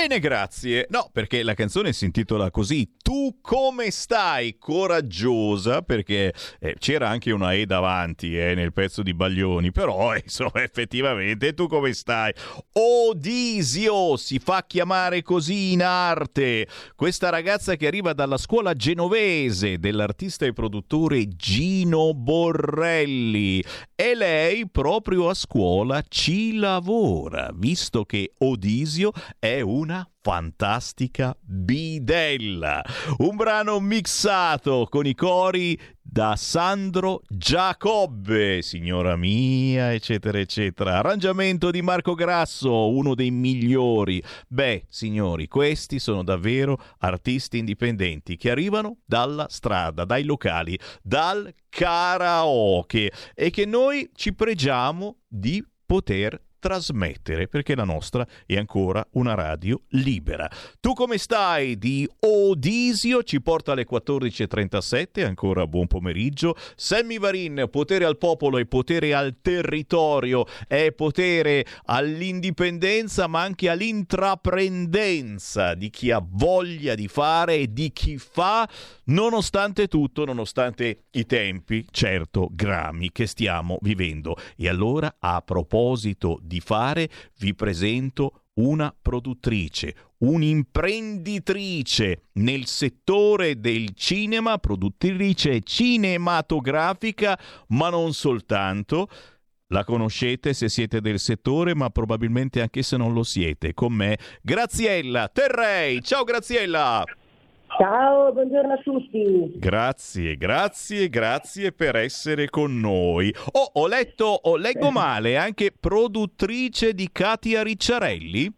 Bene, grazie. No, perché la canzone si intitola così: Tu come stai? Coraggiosa, perché eh, c'era anche una E davanti eh, nel pezzo di Baglioni, però insomma effettivamente tu come stai? Odisio si fa chiamare così in arte, questa ragazza che arriva dalla scuola genovese dell'artista e produttore Gino Borrelli, e lei proprio a scuola ci lavora, visto che Odisio è una fantastica bidella. Un brano mixato con i cori da Sandro Giacobbe, signora mia, eccetera eccetera. Arrangiamento di Marco Grasso, uno dei migliori. Beh, signori, questi sono davvero artisti indipendenti che arrivano dalla strada, dai locali, dal karaoke, e che noi ci pregiamo di poter trasmettere, perché la nostra è ancora una radio libera. Tu come stai di Odisio ci porta alle quattordici e trentasette, ancora buon pomeriggio. Sammy Varin, potere al popolo e potere al territorio, è potere all'indipendenza ma anche all'intraprendenza di chi ha voglia di fare e di chi fa, nonostante tutto, nonostante i tempi, certo, grami che stiamo vivendo. E allora, a proposito di fare, vi presento una produttrice, un'imprenditrice nel settore del cinema, produttrice cinematografica, ma non soltanto. La conoscete se siete del settore, ma probabilmente anche se non lo siete. Con me, Graziella Terrei. Ciao Graziella! Ciao, buongiorno a tutti. Grazie, grazie, grazie per essere con noi. Oh, ho letto, o leggo male, anche produttrice di Katia Ricciarelli?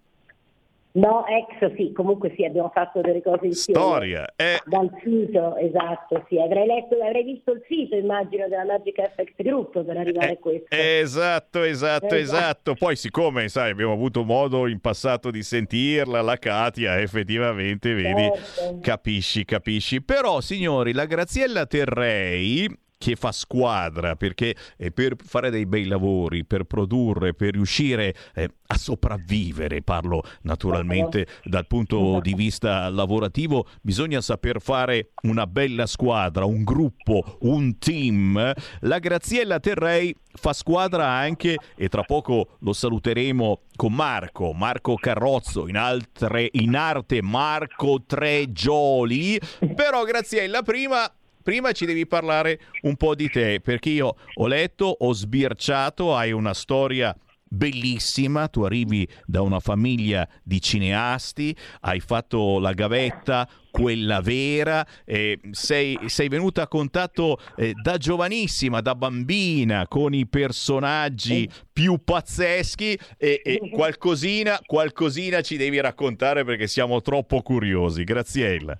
No, ex sì, comunque sì, abbiamo fatto delle cose insieme. Storia, eh. Dal sito, esatto, sì. Avrei letto, avrei visto il sito, immagino, della Magic Effect Group per arrivare eh, a questo. Esatto, esatto, esatto, esatto. Poi siccome, sai, abbiamo avuto modo in passato di sentirla, la Katia, effettivamente, vedi, certo. capisci, capisci. Però, signori, la Graziella Terrei, che fa squadra, perché eh, per fare dei bei lavori, per produrre, per riuscire eh, a sopravvivere, parlo naturalmente dal punto di vista lavorativo, bisogna saper fare una bella squadra, un gruppo, un team. La Graziella Terrei fa squadra anche, e tra poco lo saluteremo, con Marco, Marco Carrozzo, in, altre, in arte Marco Tregioli. Però Graziella, prima... Prima ci devi parlare un po' di te, perché io ho letto, ho sbirciato, hai una storia bellissima, tu arrivi da una famiglia di cineasti, hai fatto la gavetta, quella vera, eh, sei, sei venuta a contatto eh, da giovanissima, da bambina, con i personaggi più pazzeschi, e, e qualcosina, qualcosina ci devi raccontare perché siamo troppo curiosi. Graziella.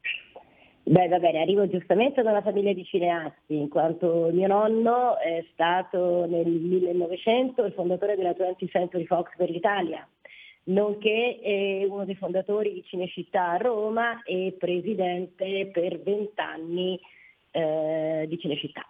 Beh, va bene, arrivo giustamente da una famiglia di cineasti, in quanto mio nonno è stato nel millenovecento il fondatore della twentieth Century Fox per l'Italia, nonché è uno dei fondatori di Cinecittà a Roma e presidente per vent'anni eh, di Cinecittà.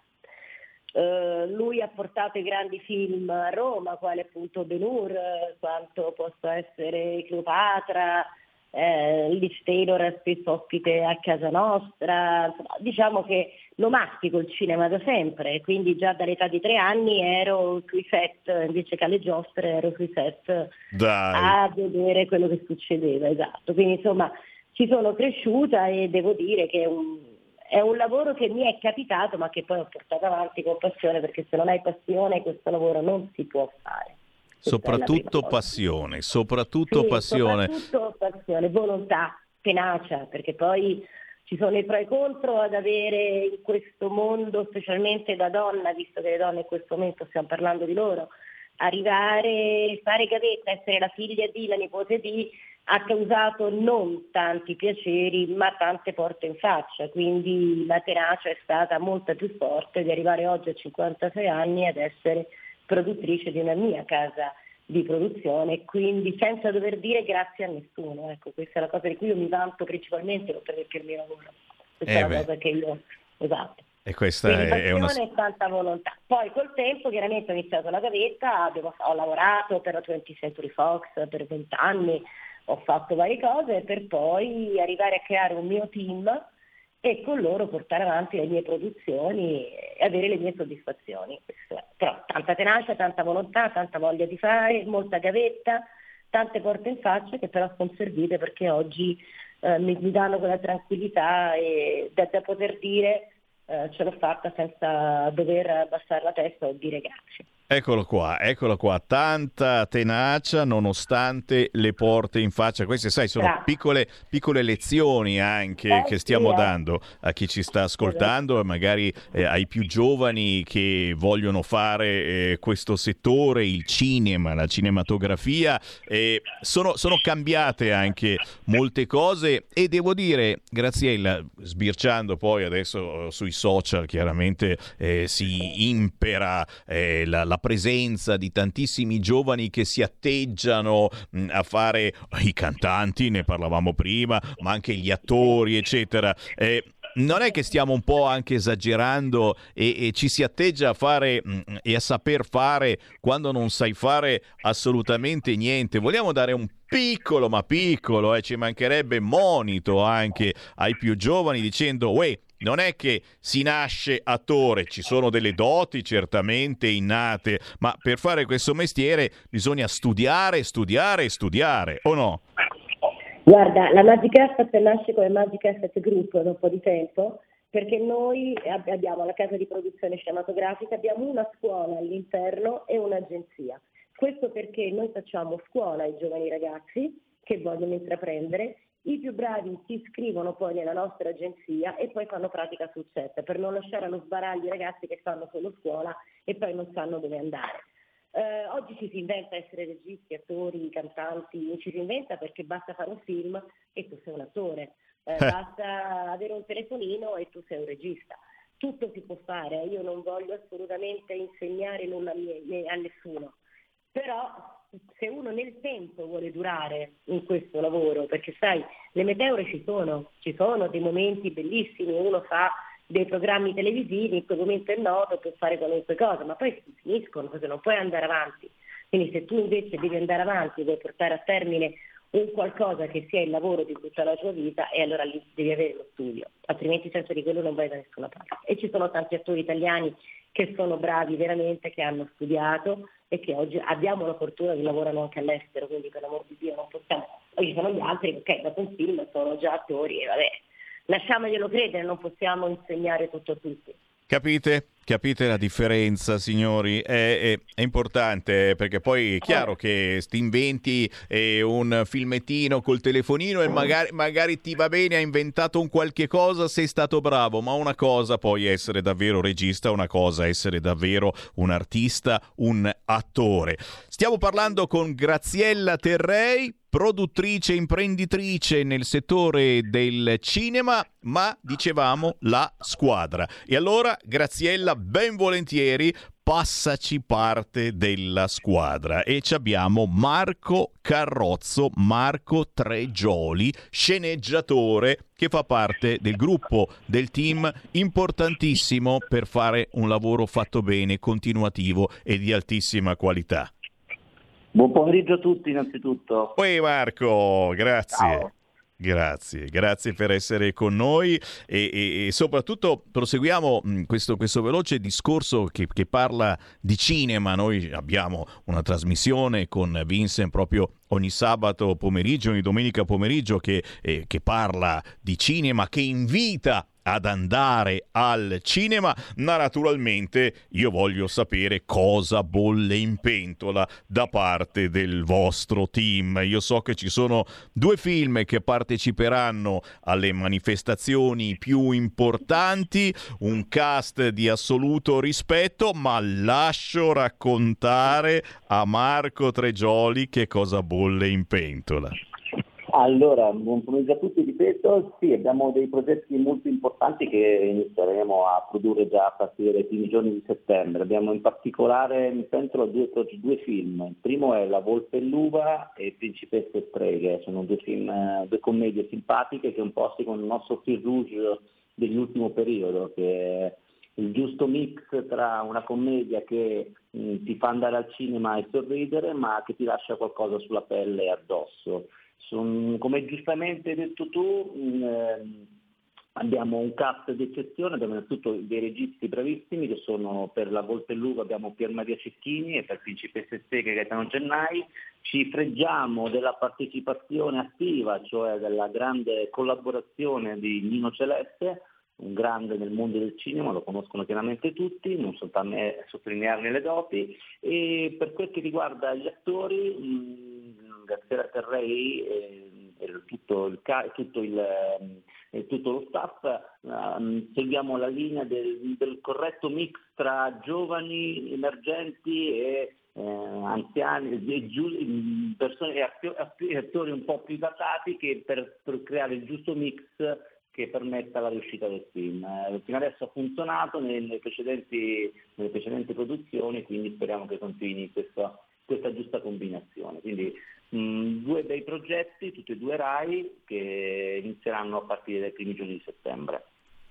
Uh, lui ha portato i grandi film a Roma, quale appunto Ben-Hur, quanto possa essere Cleopatra, Eh, Liz Taylor è spesso ospite a casa nostra. Diciamo che lo mastico il cinema da sempre, quindi già dall'età di tre anni ero sui set, invece che alle giostre ero sui set Dai. a vedere quello che succedeva, esatto. Quindi insomma ci sono cresciuta e devo dire che è un, è un lavoro che mi è capitato, ma che poi ho portato avanti con passione, perché se non hai passione questo lavoro non si può fare. Soprattutto passione, soprattutto sì, passione. Soprattutto passione, volontà, tenacia, perché poi ci sono i pro e i contro ad avere in questo mondo, specialmente da donna, visto che le donne in questo momento stiamo parlando di loro, arrivare, fare gavetta, essere la figlia di, la nipote di, ha causato non tanti piaceri ma tante porte in faccia, quindi la tenacia è stata molto più forte di arrivare oggi a cinquantasei anni ad essere produttrice di una mia casa di produzione, quindi senza dover dire grazie a nessuno. Ecco, questa è la cosa di cui io mi vanto principalmente, non perché è il mio lavoro, questa eh è la beh. cosa che io, esatto. E questa Quindi è, è una... passione e tanta volontà. Poi col tempo chiaramente ho iniziato la gavetta, abbiamo, ho lavorato per la twentieth Century Fox per vent'anni, ho fatto varie cose per poi arrivare a creare un mio team e con loro portare avanti le mie produzioni e avere le mie soddisfazioni. Però tanta tenacia, tanta volontà, tanta voglia di fare, molta gavetta, tante porte in faccia che però sono servite perché oggi eh, mi, mi danno quella tranquillità e da, da poter dire eh, ce l'ho fatta senza dover abbassare la testa o dire grazie. Eccolo qua, eccolo qua, tanta tenacia nonostante le porte in faccia. Queste, sai, sono piccole, piccole lezioni anche eh, che stiamo sì, eh. dando a chi ci sta ascoltando e magari eh, ai più giovani che vogliono fare eh, questo settore, il cinema, la cinematografia. Eh, sono, sono cambiate anche molte cose e devo dire, Graziella, sbirciando poi adesso sui social chiaramente eh, si impera eh, la, la presenza di tantissimi giovani che si atteggiano mh, a fare i cantanti, ne parlavamo prima, ma anche gli attori, eccetera. Eh, non è che stiamo un po' anche esagerando e, e ci si atteggia a fare mh, e a saper fare quando non sai fare assolutamente niente? Vogliamo dare un piccolo, ma piccolo, eh, ci mancherebbe monito anche ai più giovani dicendo: uè, non è che si nasce attore, ci sono delle doti certamente innate, ma per fare questo mestiere bisogna studiare, studiare e studiare, o no? Guarda, la Magic Effect nasce come Magic Effect Group da un po' di tempo, perché noi abbiamo la casa di produzione cinematografica, abbiamo una scuola all'interno e un'agenzia. Questo perché noi facciamo scuola ai giovani ragazzi che vogliono intraprendere. I più bravi si iscrivono poi nella nostra agenzia e poi fanno pratica sul set, per non lasciare allo sbaraglio i ragazzi che fanno solo scuola e poi non sanno dove andare. Eh, oggi ci si inventa essere registi, attori, cantanti, ci si inventa perché basta fare un film e tu sei un attore, eh, basta avere un telefonino e tu sei un regista. Tutto si può fare, io non voglio assolutamente insegnare nulla a, mie, a nessuno, però se uno nel tempo vuole durare in questo lavoro, perché sai, le meteore ci sono, ci sono dei momenti bellissimi, uno fa dei programmi televisivi, in quel momento è noto, può fare qualunque cosa, ma poi si finiscono perché non puoi andare avanti. Quindi se tu invece devi andare avanti, devi portare a termine un qualcosa che sia il lavoro di tutta la tua vita, e allora lì devi avere lo studio, altrimenti senza di quello non vai da nessuna parte. E ci sono tanti attori italiani che sono bravi veramente, che hanno studiato e che oggi abbiamo la fortuna di lavorare anche all'estero, quindi per l'amor di Dio non possiamo. Poi ci sono gli altri che ok, dopo un film sono già attori e vabbè, lasciamoglielo credere, non possiamo insegnare tutto a tutti. Capite? Capite la differenza, signori? È, è, è importante, perché poi è chiaro che ti inventi eh, un filmettino col telefonino e magari, magari ti va bene, hai inventato un qualche cosa, sei stato bravo, ma una cosa poi è essere davvero regista, una cosa è essere davvero un artista, un attore. Stiamo parlando con Graziella Terrei, produttrice, imprenditrice nel settore del cinema, ma dicevamo la squadra. E allora, Graziella, ben volentieri, passaci parte della squadra. E ci abbiamo Marco Carrozzo, Marco Tregioli, sceneggiatore, che fa parte del gruppo, del team importantissimo per fare un lavoro fatto bene, continuativo e di altissima qualità. Buon pomeriggio a tutti innanzitutto. Poi Marco, grazie. Ciao. Grazie, grazie per essere con noi e, e, e soprattutto proseguiamo mh, questo, questo veloce discorso che, che parla di cinema. Noi abbiamo una trasmissione con Vincent proprio ogni sabato pomeriggio, ogni domenica pomeriggio che, eh, che parla di cinema, che invita ad andare al cinema, ma naturalmente io voglio sapere cosa bolle in pentola da parte del vostro team. Io so che ci sono due film che parteciperanno alle manifestazioni più importanti, un cast di assoluto rispetto, ma lascio raccontare a Marco Tregioli che cosa bolle in pentola. Allora, buon pomeriggio a tutti, ripeto, sì, abbiamo dei progetti molto importanti che inizieremo a produrre già a partire dai primi giorni di settembre. Abbiamo in particolare in pentola due, due film. Il primo è La Volpe e l'Uva e Principesse e Streghe. Sono due film, due commedie simpatiche che un po' seguono il nostro fil rouge dell'ultimo periodo, che è il giusto mix tra una commedia che mh, ti fa andare al cinema e sorridere, ma che ti lascia qualcosa sulla pelle e addosso. Son, come giustamente hai detto tu, mh, abbiamo un cast d'eccezione, abbiamo innanzitutto dei registi bravissimi che sono per La Volpe e Lugo abbiamo Pier Maria Cecchini e per Principesse Seghe Gaetano Gennai. Ci freggiamo della partecipazione attiva, cioè della grande collaborazione di Nino Celeste, un grande nel mondo del cinema, lo conoscono chiaramente tutti, non soltanto me sottolinearne le doti. E per quel che riguarda gli attori, mh, Graziella Terrei e, e tutto, il, tutto, il, e tutto lo staff uh, seguiamo la linea del, del corretto mix tra giovani emergenti e eh, anziani e giu- persone e attori un po' più datati, che per, per creare il giusto mix che permetta la riuscita del film. Eh, fino adesso ha funzionato nelle precedenti, nelle precedenti produzioni, quindi speriamo che continui questa, questa giusta combinazione. Quindi mh, due bei progetti, tutti e due Rai, che inizieranno a partire dai primi giorni di settembre.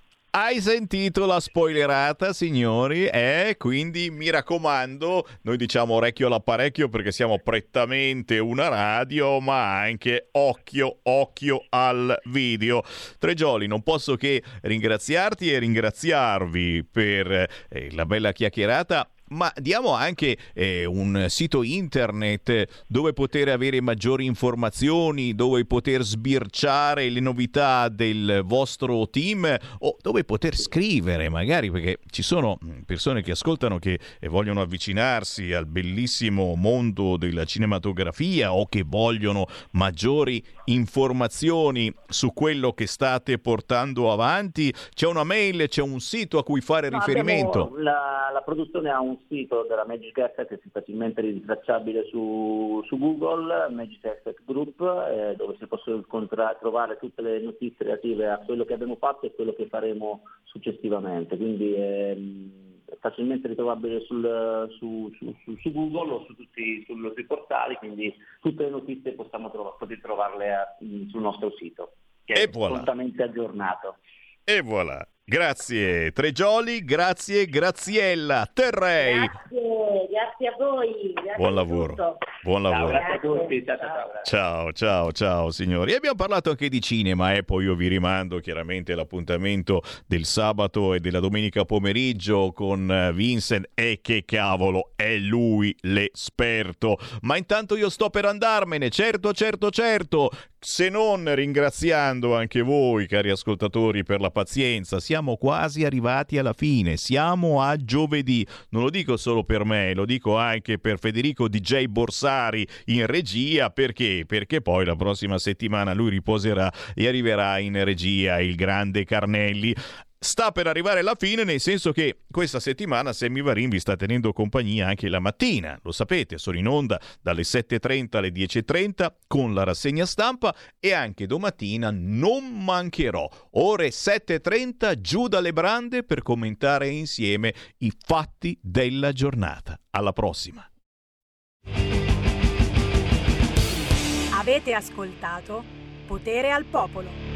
Hai sentito la spoilerata, signori? Eh, quindi mi raccomando, noi diciamo orecchio all'apparecchio perché siamo prettamente una radio, ma anche occhio, occhio al video. Tregioli, non posso che ringraziarti e ringraziarvi per eh, la bella chiacchierata. Ma diamo anche eh, un sito internet dove poter avere maggiori informazioni, dove poter sbirciare le novità del vostro team o dove poter scrivere magari, perché ci sono persone che ascoltano che vogliono avvicinarsi al bellissimo mondo della cinematografia o che vogliono maggiori informazioni su quello che state portando avanti. C'è una mail, c'è un sito a cui fare no, riferimento? La, la produzione ha un sito della Magic Asset che è facilmente rintracciabile su, su Google, Magic Asset Group, eh, dove si possono incontra- trovare tutte le notizie relative a quello che abbiamo fatto e quello che faremo successivamente. Quindi ehm, è facilmente ritrovabile sul, su, su, su, su Google o su tutti sul, sui portali, quindi tutte le notizie possiamo trov- potete trovarle a, sul nostro sito, che è voilà. Costantemente aggiornato. E voilà. Grazie Tregioli, grazie Graziella Terrei. Grazie, grazie a voi. Grazie Buon lavoro. tutto. Buon lavoro. Ciao, grazie a tutti. Ciao, ciao, ciao, ciao, ciao signori. E abbiamo parlato anche di cinema e eh? Poi io vi rimando chiaramente l'appuntamento del sabato e della domenica pomeriggio con Vincent, e che cavolo è lui l'esperto. Ma intanto io sto per andarmene, certo, certo, certo. Se non ringraziando anche voi, cari ascoltatori, per la pazienza. Siamo quasi arrivati alla fine, siamo a giovedì. Non lo dico solo per me, lo dico anche per Federico D J Borsari in regia. Perché? Perché poi la prossima settimana lui riposerà e arriverà in regia il grande Carnelli. Sta per arrivare alla fine, nel senso che questa settimana Sammy Varin vi sta tenendo compagnia anche la mattina, lo sapete, sono in onda dalle sette e trenta alle dieci e trenta con la rassegna stampa, e anche domattina non mancherò, ore sette e trenta giù dalle brande per commentare insieme i fatti della giornata. Alla prossima. Avete ascoltato Potere al Popolo.